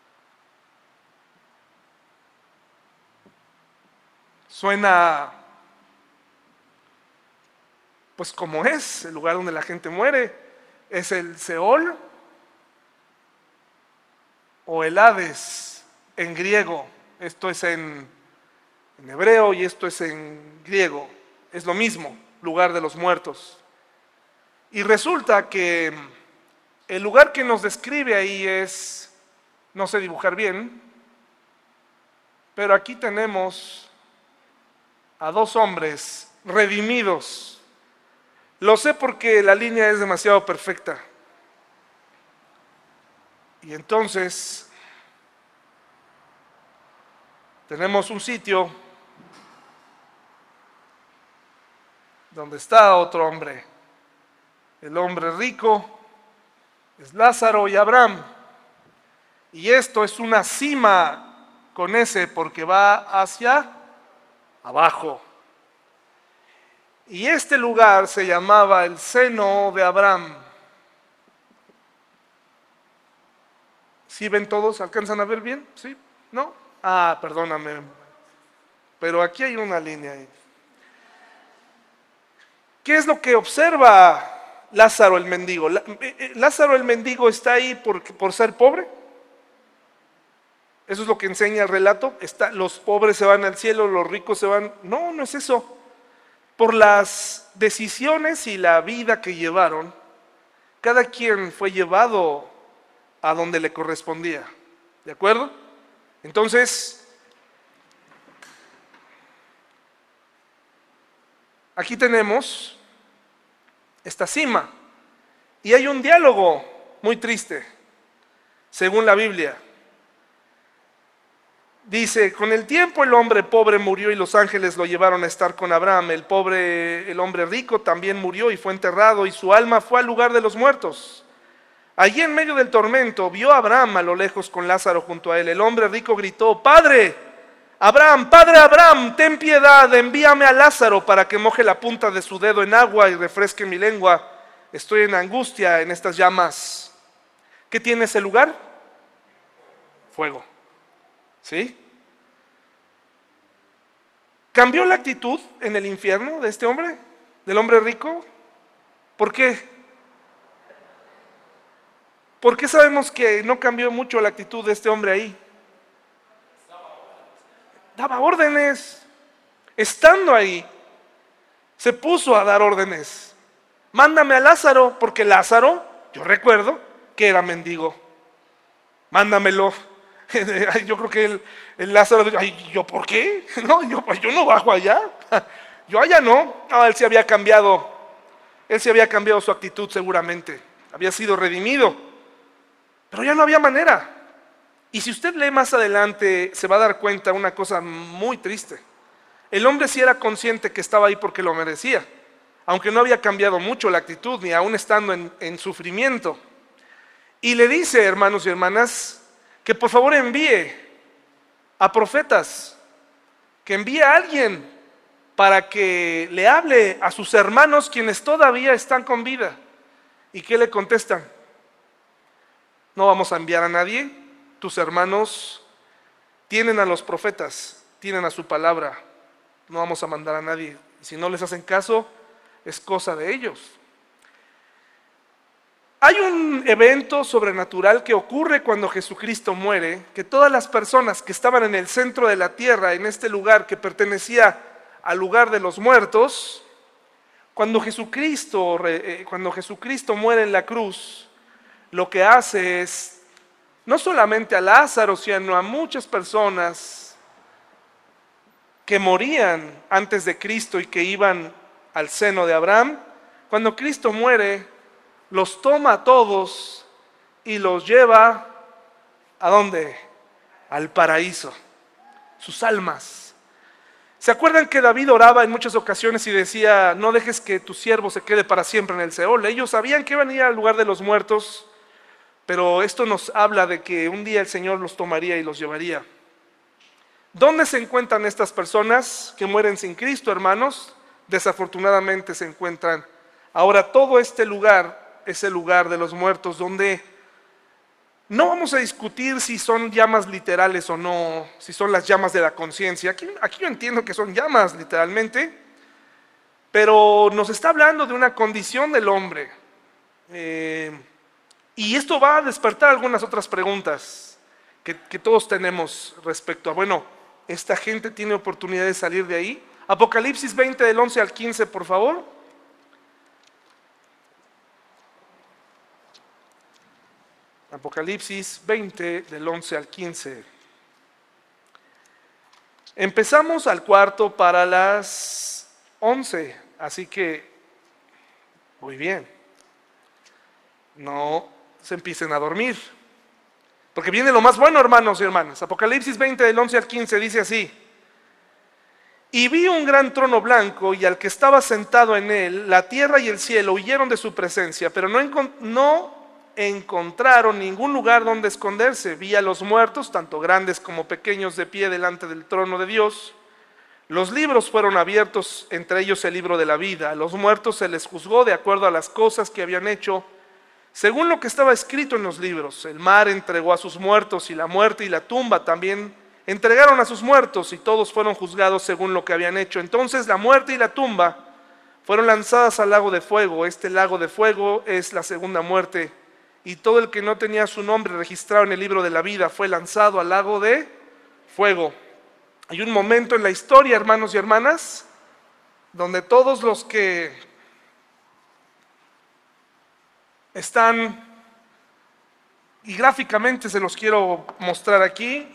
Suena, pues como es, el lugar donde la gente muere, es el Seol o el Hades en griego. Esto es en hebreo y esto es en griego. Es lo mismo, lugar de los muertos. Y resulta que el lugar que nos describe ahí es, no sé dibujar bien, pero aquí tenemos a dos hombres redimidos. Lo sé porque la línea es demasiado perfecta. Y entonces tenemos un sitio donde está otro hombre. El hombre rico es Lázaro y Abraham. Y esto es una cima con ese porque va hacia abajo. Y este lugar se llamaba el seno de Abraham. ¿Sí ven todos? ¿Alcanzan a ver bien? ¿Sí? ¿No? Ah, perdóname. Pero aquí hay una línea ahí. ¿Qué es lo que observa Lázaro el mendigo? ¿Lázaro el mendigo está ahí por ser pobre? ¿Eso es lo que enseña el relato? Los pobres se van al cielo, los ricos se van. No, no es eso. Por las decisiones y la vida que llevaron, cada quien fue llevado a donde le correspondía. ¿De acuerdo? Entonces, aquí tenemos esta cima. Y hay un diálogo muy triste, según la Biblia. Dice, con el tiempo el hombre pobre murió y los ángeles lo llevaron a estar con Abraham. El hombre rico también murió y fue enterrado y su alma fue al lugar de los muertos. Allí en medio del tormento vio a Abraham a lo lejos con Lázaro junto a él. El hombre rico gritó, Padre Abraham, ten piedad, envíame a Lázaro para que moje la punta de su dedo en agua y refresque mi lengua. Estoy en angustia en estas llamas. ¿Qué tiene ese lugar? Fuego. ¿Sí? ¿Cambió la actitud en el infierno de este hombre? ¿Del hombre rico? ¿Por qué? ¿Por qué sabemos que no cambió mucho la actitud de este hombre ahí? Daba órdenes. Estando ahí, se puso a dar órdenes. Mándame a Lázaro, porque Lázaro, yo recuerdo que era mendigo. Mándamelo. Yo creo que el Lázaro, ¿yo por qué? No, yo no bajo allá. Yo allá no. No, él se había cambiado. Él se había cambiado su actitud seguramente. Había sido redimido. Pero ya no había manera. Y si usted lee más adelante, se va a dar cuenta una cosa muy triste. El hombre sí era consciente que estaba ahí porque lo merecía, aunque no había cambiado mucho la actitud, ni aún estando en sufrimiento. Y le dice, hermanos y hermanas, que por favor envíe a profetas, que envíe a alguien para que le hable a sus hermanos quienes todavía están con vida. ¿Y qué le contestan? No vamos a enviar a nadie, tus hermanos tienen a los profetas, tienen a su palabra, no vamos a mandar a nadie. Y si no les hacen caso, es cosa de ellos. Hay un evento sobrenatural que ocurre cuando Jesucristo muere, que todas las personas que estaban en el centro de la tierra, en este lugar que pertenecía al lugar de los muertos, cuando Jesucristo muere en la cruz, lo que hace es, no solamente a Lázaro, sino a muchas personas que morían antes de Cristo y que iban al seno de Abraham, cuando Cristo muere, los toma a todos y los lleva ¿a dónde? Al paraíso, sus almas. ¿Se acuerdan que David oraba en muchas ocasiones y decía, no dejes que tu siervo se quede para siempre en el Seol? Ellos sabían que iban a ir al lugar de los muertos, pero esto nos habla de que un día el Señor los tomaría y los llevaría. ¿Dónde se encuentran estas personas que mueren sin Cristo, hermanos? Desafortunadamente se encuentran. Ahora todo este lugar es el lugar de los muertos, donde no vamos a discutir si son llamas literales o no, si son las llamas de la conciencia. Aquí yo entiendo que son llamas literalmente, pero nos está hablando de una condición del hombre. Y esto va a despertar algunas otras preguntas que todos tenemos respecto a, bueno, ¿esta gente tiene oportunidad de salir de ahí? Apocalipsis 20 del 11 al 15, por favor. Apocalipsis 20 del 11 al 15. Empezamos al cuarto para las 11, así que muy bien. No se empiecen a dormir, porque viene lo más bueno, hermanos y hermanas. Apocalipsis 20 del 11 al 15 dice así: y vi un gran trono blanco y al que estaba sentado en él, la tierra y el cielo huyeron de su presencia, pero no encontraron ningún lugar donde esconderse. Vi a los muertos, tanto grandes como pequeños, de pie delante del trono de Dios. Los libros fueron abiertos, entre ellos el libro de la vida. A los muertos se les juzgó de acuerdo a las cosas que habían hecho según lo que estaba escrito en los libros. El mar entregó a sus muertos y la muerte y la tumba también entregaron a sus muertos y todos fueron juzgados según lo que habían hecho. Entonces la muerte y la tumba fueron lanzadas al lago de fuego. Este lago de fuego es la segunda muerte. Y todo el que no tenía su nombre registrado en el libro de la vida fue lanzado al lago de fuego. Hay un momento en la historia, hermanos y hermanas, donde todos los que están, y gráficamente se los quiero mostrar aquí,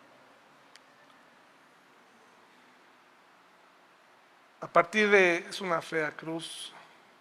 a partir de, es una fea cruz.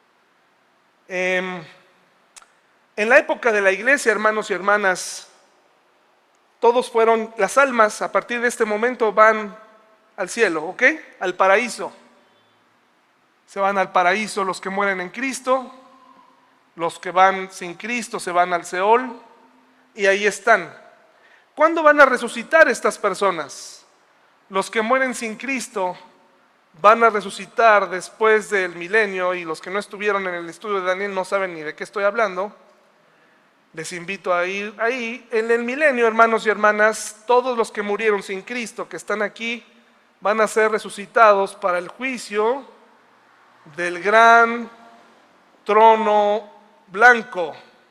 En la época de la iglesia, hermanos y hermanas, todos fueron, las almas a partir de este momento van al cielo, ¿ok? Al paraíso. Se van al paraíso los que mueren en Cristo, los que van sin Cristo se van al Seol y ahí están. ¿Cuándo van a resucitar estas personas? Los que mueren sin Cristo van a resucitar después del milenio, y los que no estuvieron en el estudio de Daniel no saben ni de qué estoy hablando. Les invito a ir ahí. En el milenio, hermanos y hermanas, todos los que murieron sin Cristo, que están aquí, van a ser resucitados para el juicio del gran trono blanco.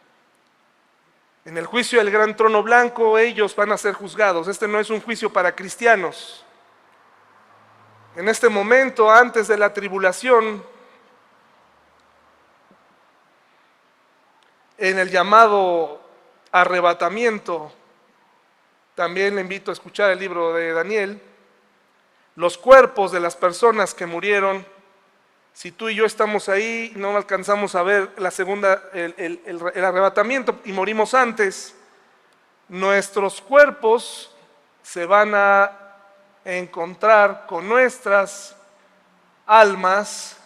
En el juicio del gran trono blanco, ellos van a ser juzgados. Este no es un juicio para cristianos. En este momento, antes de la tribulación, en el llamado arrebatamiento, también le invito a escuchar el libro de Daniel, los cuerpos de las personas que murieron, si tú y yo estamos ahí, no alcanzamos a ver la segunda, el arrebatamiento y morimos antes, nuestros cuerpos se van a encontrar con nuestras almas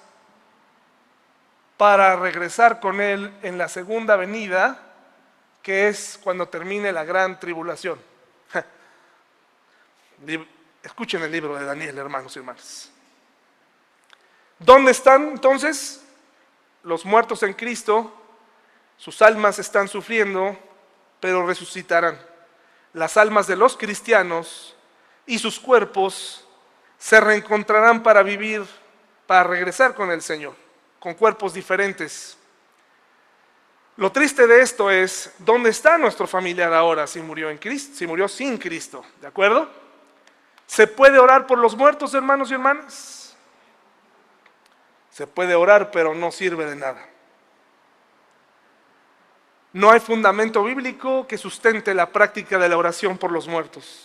para regresar con Él en la segunda venida, que es cuando termine la gran tribulación. Escuchen el libro de Daniel, hermanos y hermanas. ¿Dónde están entonces los muertos en Cristo? Sus almas están sufriendo, pero resucitarán. Las almas de los cristianos y sus cuerpos se reencontrarán para vivir, para regresar con el Señor, con cuerpos diferentes. Lo triste de esto es, ¿dónde está nuestro familiar ahora si murió en Cristo, si murió sin Cristo? ¿De acuerdo? ¿Se puede orar por los muertos, hermanos y hermanas? Se puede orar, pero no sirve de nada. No hay fundamento bíblico que sustente la práctica de la oración por los muertos.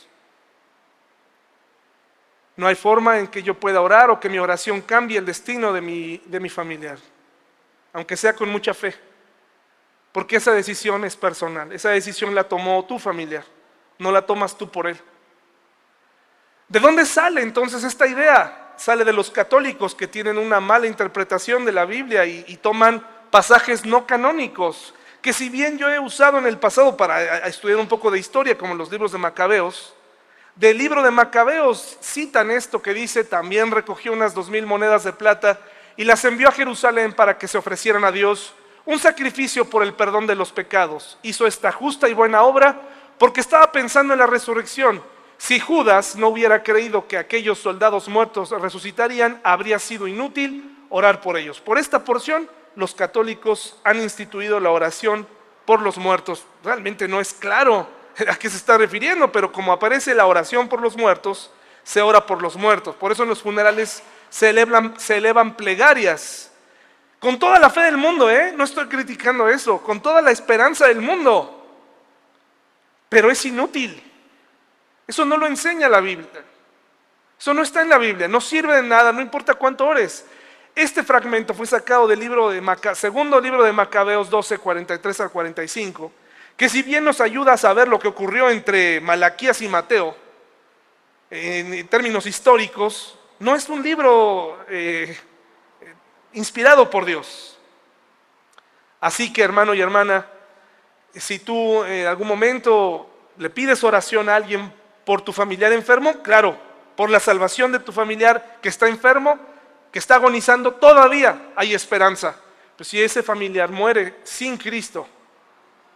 No hay forma en que yo pueda orar o que mi oración cambie el destino de mi familiar, aunque sea con mucha fe, porque esa decisión es personal, esa decisión la tomó tu familiar, no la tomas tú por él. ¿De dónde sale entonces esta idea? Sale de los católicos que tienen una mala interpretación de la Biblia y toman pasajes no canónicos, que si bien yo he usado en el pasado para estudiar un poco de historia, como los libros de Macabeos, del libro de Macabeos citan esto que dice: también recogió unas 2000 monedas de plata y las envió a Jerusalén para que se ofrecieran a Dios un sacrificio por el perdón de los pecados. Hizo esta justa y buena obra porque estaba pensando en la resurrección. Si Judas no hubiera creído que aquellos soldados muertos resucitarían, habría sido inútil orar por ellos. Por esta porción, los católicos han instituido la oración por los muertos. Realmente no es claro a qué se está refiriendo, pero como aparece la oración por los muertos, se ora por los muertos. Por eso en los funerales se elevan plegarias, con toda la fe del mundo, no estoy criticando eso, con toda la esperanza del mundo, pero es inútil. Eso no lo enseña la Biblia, eso no está en la Biblia, no sirve de nada, no importa cuánto ores. Este fragmento fue sacado del segundo libro de Macabeos 12, 43 al 45, que si bien nos ayuda a saber lo que ocurrió entre Malaquías y Mateo, en términos históricos, no es un libro inspirado por Dios. Así que, hermano y hermana, si tú en algún momento le pides oración a alguien por tu familiar enfermo, claro, por la salvación de tu familiar que está enfermo, que está agonizando, todavía hay esperanza. Pero si ese familiar muere sin Cristo,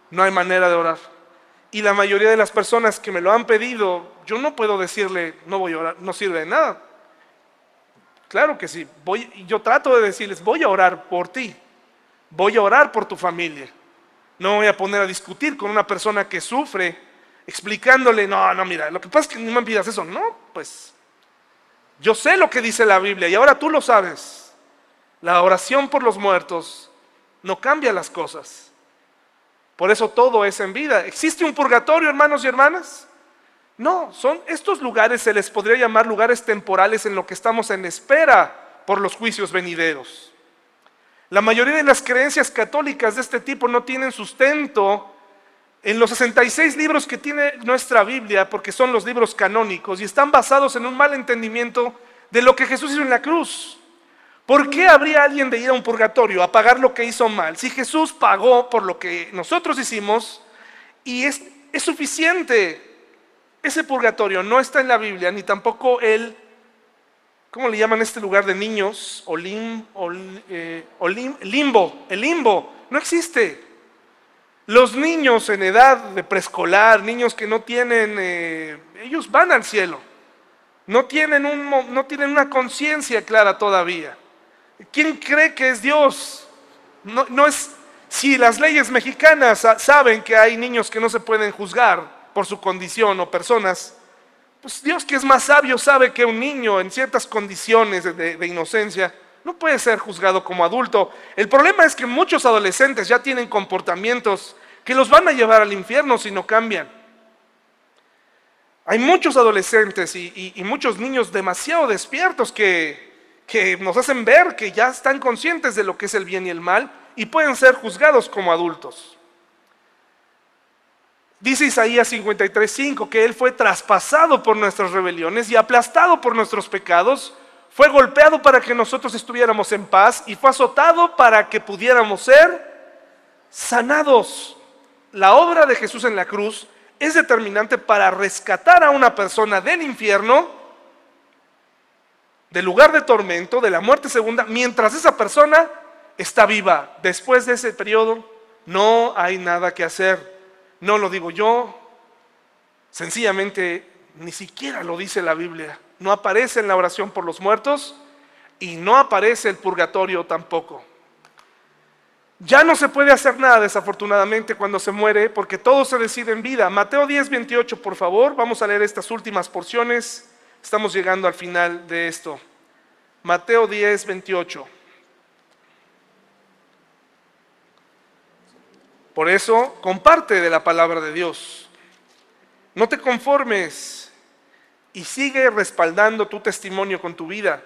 no hay manera de orar. Y la mayoría de las personas que me lo han pedido, yo no puedo decirle, no voy a orar, no sirve de nada. Claro que sí, yo trato de decirles, voy a orar por ti, voy a orar por tu familia. No me voy a poner a discutir con una persona que sufre, explicándole, no, mira, lo que pasa es que no me pidas eso. No, pues, yo sé lo que dice la Biblia y ahora tú lo sabes. La oración por los muertos no cambia las cosas. Por eso todo es en vida. ¿Existe un purgatorio, hermanos y hermanas? No, son estos lugares, se les podría llamar lugares temporales en lo que estamos en espera por los juicios venideros. La mayoría de las creencias católicas de este tipo no tienen sustento en los 66 libros que tiene nuestra Biblia, porque son los libros canónicos y están basados en un mal entendimiento de lo que Jesús hizo en la cruz. ¿Por qué habría alguien de ir a un purgatorio a pagar lo que hizo mal? Si Jesús pagó por lo que nosotros hicimos y es suficiente. Ese purgatorio no está en la Biblia, ni tampoco ¿cómo le llaman este lugar de niños? Limbo. El limbo no existe. Los niños en edad de preescolar, niños que no tienen, ellos van al cielo. No tienen una conciencia clara todavía. ¿Quién cree que es Dios? No es. Si las leyes mexicanas saben que hay niños que no se pueden juzgar por su condición o personas, pues Dios, que es más sabio, sabe que un niño en ciertas condiciones de inocencia no puede ser juzgado como adulto. El problema es que muchos adolescentes ya tienen comportamientos que los van a llevar al infierno si no cambian. Hay muchos adolescentes y muchos niños demasiado despiertos que nos hacen ver que ya están conscientes de lo que es el bien y el mal y pueden ser juzgados como adultos. Dice Isaías 53:5 que Él fue traspasado por nuestras rebeliones y aplastado por nuestros pecados, fue golpeado para que nosotros estuviéramos en paz y fue azotado para que pudiéramos ser sanados. La obra de Jesús en la cruz es determinante para rescatar a una persona del infierno, del lugar de tormento, de la muerte segunda, mientras esa persona está viva. Después de ese periodo no hay nada que hacer. No lo digo yo, sencillamente ni siquiera lo dice la Biblia. No aparece en la oración por los muertos y no aparece el purgatorio tampoco. Ya no se puede hacer nada desafortunadamente cuando se muere porque todo se decide en vida. Mateo 10:28, por favor, vamos a leer estas últimas porciones. Estamos llegando al final de esto. Mateo 10:28. Por eso, comparte de la palabra de Dios. No te conformes y sigue respaldando tu testimonio con tu vida.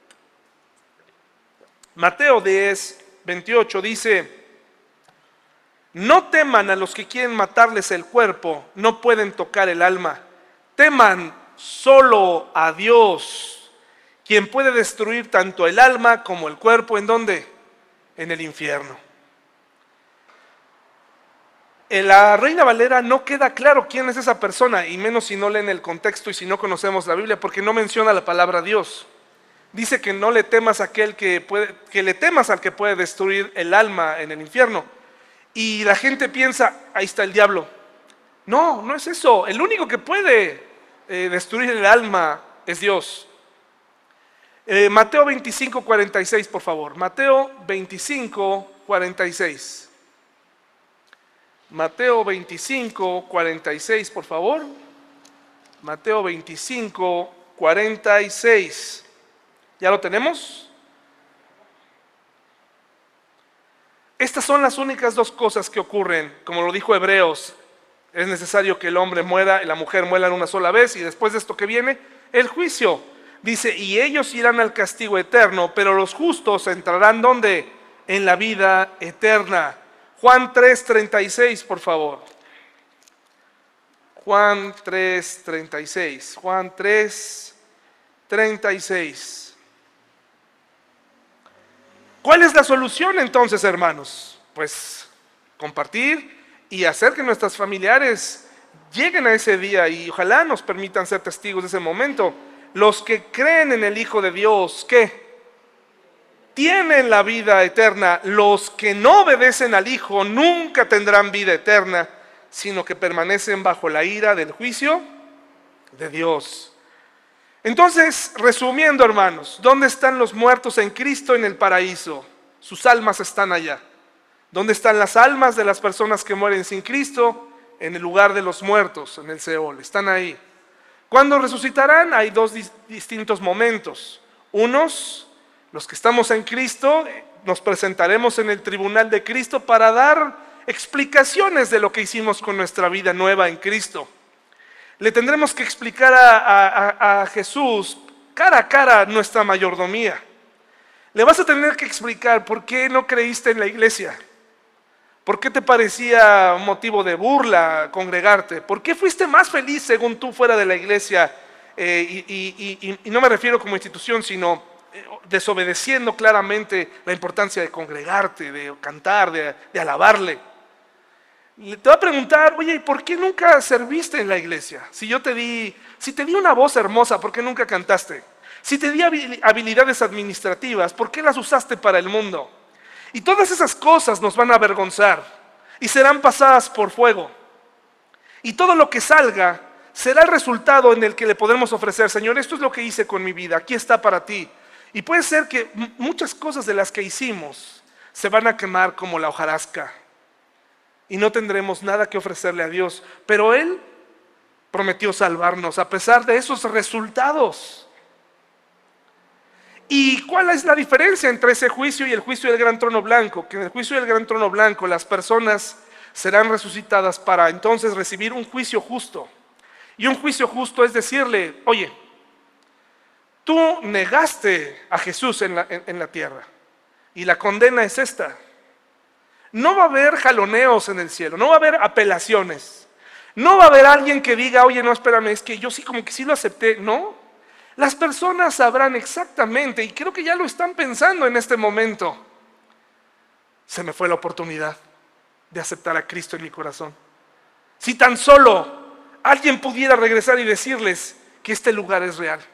Mateo 10:28 dice: no teman a los que quieren matarles el cuerpo, no pueden tocar el alma. Teman solo a Dios, quien puede destruir tanto el alma como el cuerpo. ¿En dónde? En el infierno. En la Reina Valera no queda claro quién es esa persona, y menos si no leen el contexto y si no conocemos la Biblia, porque no menciona la palabra Dios. Dice que no le temas a aquel que le temas al que puede destruir el alma en el infierno. Y la gente piensa, ahí está el diablo. No, no es eso. El único que puede destruir el alma es Dios. Mateo 25:46, por favor. Mateo 25:46. Mateo 25:46, por favor. Mateo 25:46. ¿Ya lo tenemos? Estas son las únicas dos cosas que ocurren. Como lo dijo Hebreos, es necesario que el hombre muera y la mujer mueran una sola vez, y después de esto que viene, el juicio. Dice, y ellos irán al castigo eterno, pero los justos entrarán ¿dónde? En la vida eterna. Juan 3:36, por favor. Juan 3:36. Juan 3:36. ¿Cuál es la solución entonces, hermanos? Pues compartir y hacer que nuestros familiares lleguen a ese día y ojalá nos permitan ser testigos de ese momento. Los que creen en el Hijo de Dios, ¿qué? tienen la vida eterna. Los que no obedecen al Hijo nunca tendrán vida eterna, sino que permanecen bajo la ira del juicio de Dios. Entonces, resumiendo, hermanos, ¿dónde están los muertos en Cristo? En el paraíso. Sus almas están allá. ¿Dónde están las almas de las personas que mueren sin Cristo? En el lugar de los muertos, en el Seol. Están ahí. ¿Cuándo resucitarán? Hay dos distintos momentos. Unos, los que estamos en Cristo, nos presentaremos en el tribunal de Cristo para dar explicaciones de lo que hicimos con nuestra vida nueva en Cristo. Le tendremos que explicar a Jesús cara a cara nuestra mayordomía. Le vas a tener que explicar por qué no creíste en la iglesia. ¿Por qué te parecía un motivo de burla congregarte? ¿Por qué fuiste más feliz según tú fuera de la iglesia? Y no me refiero como institución, sino desobedeciendo claramente la importancia de congregarte, de cantar, de alabarle. Te va a preguntar, oye, ¿y por qué nunca serviste en la iglesia? Si te di una voz hermosa, ¿por qué nunca cantaste? Si te di habilidades administrativas, ¿por qué las usaste para el mundo? Y todas esas cosas nos van a avergonzar y serán pasadas por fuego. Y todo lo que salga será el resultado en el que le podremos ofrecer, Señor, esto es lo que hice con mi vida, aquí está para ti. Y puede ser que muchas cosas de las que hicimos se van a quemar como la hojarasca y no tendremos nada que ofrecerle a Dios. Pero Él prometió salvarnos a pesar de esos resultados. ¿Y cuál es la diferencia entre ese juicio y el juicio del gran trono blanco? Que en el juicio del gran trono blanco las personas serán resucitadas para entonces recibir un juicio justo. Y un juicio justo es decirle, oye, tú negaste a Jesús en la tierra y la condena es esta. No va a haber jaloneos en el cielo, no va a haber apelaciones. No va a haber alguien que diga, oye, no, espérame, es que yo sí como que sí lo acepté. No. Las personas sabrán exactamente, y creo que ya lo están pensando en este momento, se me fue la oportunidad de aceptar a Cristo en mi corazón. Si tan solo alguien pudiera regresar y decirles que este lugar es real.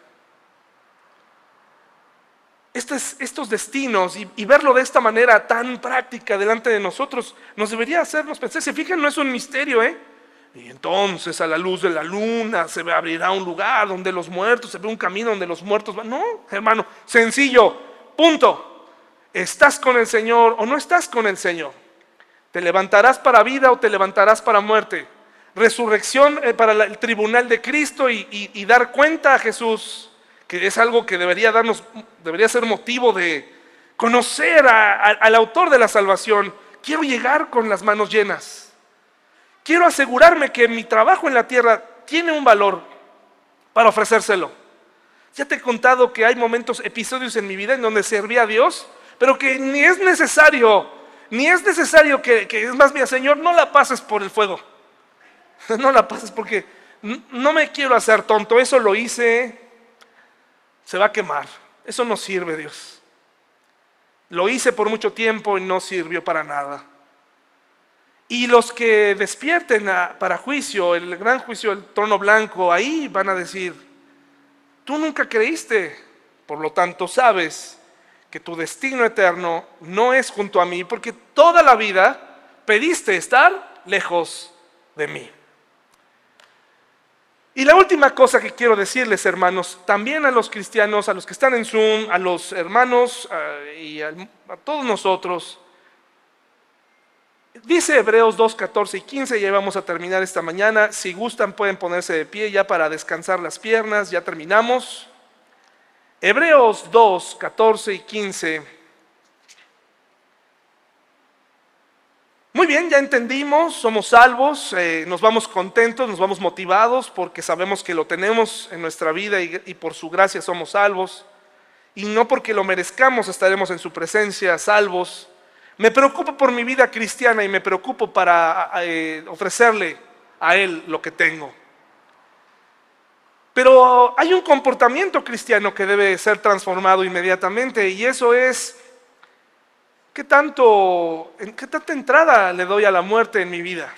Estos destinos y verlo de esta manera tan práctica delante de nosotros nos debería hacernos pensar. Se fijan, no es un misterio, Y entonces a la luz de la luna se abrirá un lugar donde los muertos, se ve un camino donde los muertos van. No, hermano, sencillo, punto. ¿Estás con el Señor o no estás con el Señor? ¿Te levantarás para vida o te levantarás para muerte? Resurrección para el tribunal de Cristo y dar cuenta a Jesús, que es algo que debería ser motivo de conocer al autor de la salvación. Quiero llegar con las manos llenas. Quiero asegurarme que mi trabajo en la tierra tiene un valor para ofrecérselo. Ya te he contado que hay episodios en mi vida en donde serví a Dios, pero que ni es necesario que es más, mira, Señor, no la pases por el fuego. No la pases porque no me quiero hacer tonto, eso lo hice, se va a quemar. Eso no sirve, Dios. Lo hice por mucho tiempo y no sirvió para nada. Y los que despierten para juicio, el gran juicio del trono blanco, ahí van a decir, tú nunca creíste, por lo tanto sabes que tu destino eterno no es junto a mí, porque toda la vida pediste estar lejos de mí. Y la última cosa que quiero decirles, hermanos, también a los cristianos, a los que están en Zoom, a los hermanos y a todos nosotros, dice Hebreos 2, 14 y 15, ya vamos a terminar esta mañana. Si gustan pueden ponerse de pie ya para descansar las piernas, ya terminamos. Hebreos 2, 14 y 15. Muy bien, ya entendimos, somos salvos, nos vamos contentos, nos vamos motivados porque sabemos que lo tenemos en nuestra vida y por su gracia somos salvos. Y no porque lo merezcamos estaremos en su presencia salvos. Me preocupo por mi vida cristiana y me preocupo para ofrecerle a Él lo que tengo. Pero hay un comportamiento cristiano que debe ser transformado inmediatamente y eso es, ¿qué tanta entrada le doy a la muerte en mi vida?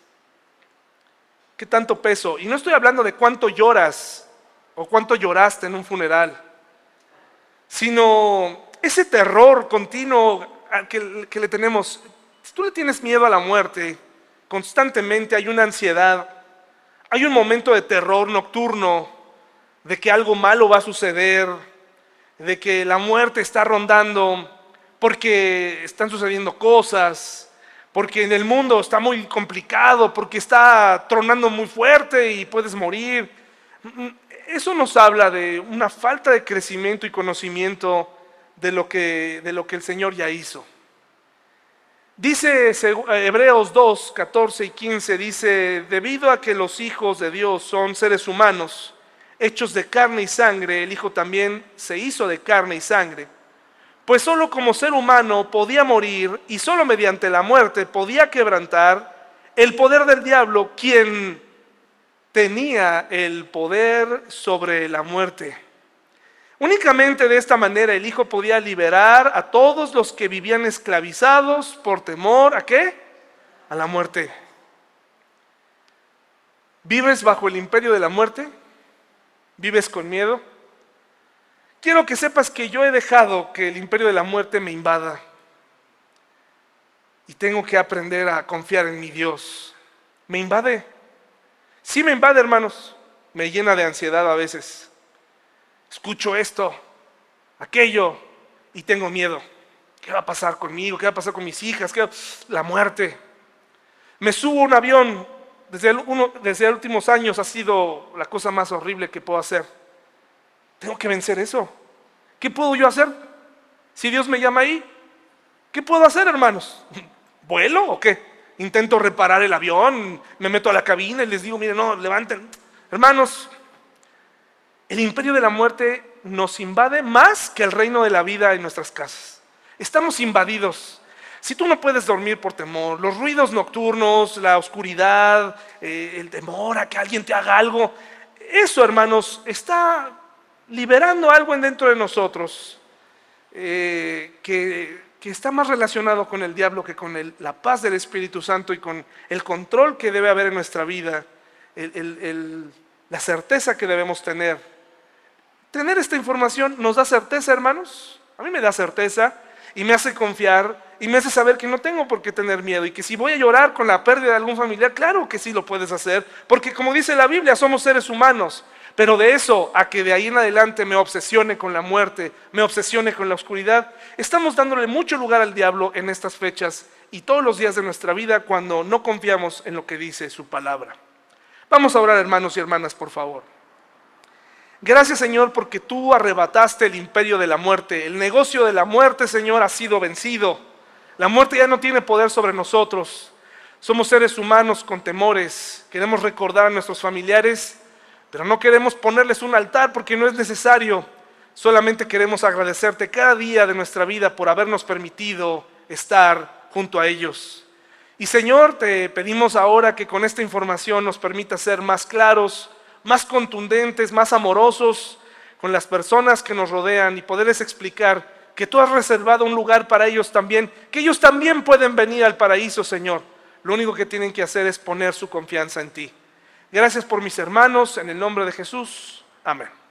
¿Qué tanto peso? Y no estoy hablando de cuánto lloras o cuánto lloraste en un funeral, sino ese terror continuo que le tenemos, si tú le tienes miedo a la muerte, constantemente hay una ansiedad, hay un momento de terror nocturno, de que algo malo va a suceder, de que la muerte está rondando, porque están sucediendo cosas, porque en el mundo está muy complicado, porque está tronando muy fuerte y puedes morir. Eso nos habla de una falta de crecimiento y conocimiento de lo que el Señor ya hizo. Dice Hebreos 2, 14 y 15, dice: debido a que los hijos de Dios son seres humanos, hechos de carne y sangre, el Hijo también se hizo de carne y sangre. Pues solo como ser humano podía morir, y solo mediante la muerte podía quebrantar el poder del diablo, quien tenía el poder sobre la muerte. Únicamente de esta manera el Hijo podía liberar a todos los que vivían esclavizados por temor, ¿a qué? A la muerte. ¿Vives bajo el imperio de la muerte? ¿Vives con miedo? Quiero que sepas que yo he dejado que el imperio de la muerte me invada. Y tengo que aprender a confiar en mi Dios. ¿Me invade? Sí me invade, hermanos. Me llena de ansiedad a veces. Escucho esto, aquello, y tengo miedo. ¿Qué va a pasar conmigo? ¿Qué va a pasar con mis hijas? La muerte. Me subo a un avión. Desde los últimos años ha sido la cosa más horrible que puedo hacer. Tengo que vencer eso. ¿Qué puedo yo hacer? Si Dios me llama ahí, ¿qué puedo hacer, hermanos? ¿Vuelo o qué? Intento reparar el avión, me meto a la cabina y les digo: miren, no, levanten. Hermanos, el imperio de la muerte nos invade más que el reino de la vida en nuestras casas. Estamos invadidos. Si tú no puedes dormir por temor, los ruidos nocturnos, la oscuridad, el temor a que alguien te haga algo, eso, hermanos, está liberando algo dentro de nosotros que está más relacionado con el diablo que con la paz del Espíritu Santo y con el control que debe haber en nuestra vida, la certeza que debemos tener. Tener esta información nos da certeza, hermanos. A mí me da certeza y me hace confiar y me hace saber que no tengo por qué tener miedo, y que si voy a llorar con la pérdida de algún familiar, claro que sí lo puedes hacer, porque como dice la Biblia, somos seres humanos. Pero de eso a que de ahí en adelante me obsesione con la muerte, me obsesione con la oscuridad, estamos dándole mucho lugar al diablo en estas fechas y todos los días de nuestra vida, cuando no confiamos en lo que dice su palabra. Vamos a orar, hermanos y hermanas, por favor. Gracias, Señor, porque tú arrebataste el imperio de la muerte. El negocio de la muerte, Señor, ha sido vencido. La muerte ya no tiene poder sobre nosotros. Somos seres humanos con temores. Queremos recordar a nuestros familiares, pero no queremos ponerles un altar porque no es necesario. Solamente queremos agradecerte cada día de nuestra vida por habernos permitido estar junto a ellos. Y, Señor, te pedimos ahora que con esta información nos permita ser más claros, más contundentes, más amorosos con las personas que nos rodean, y poderles explicar que tú has reservado un lugar para ellos también, que ellos también pueden venir al paraíso, Señor. Lo único que tienen que hacer es poner su confianza en ti. Gracias por mis hermanos, en el nombre de Jesús. Amén.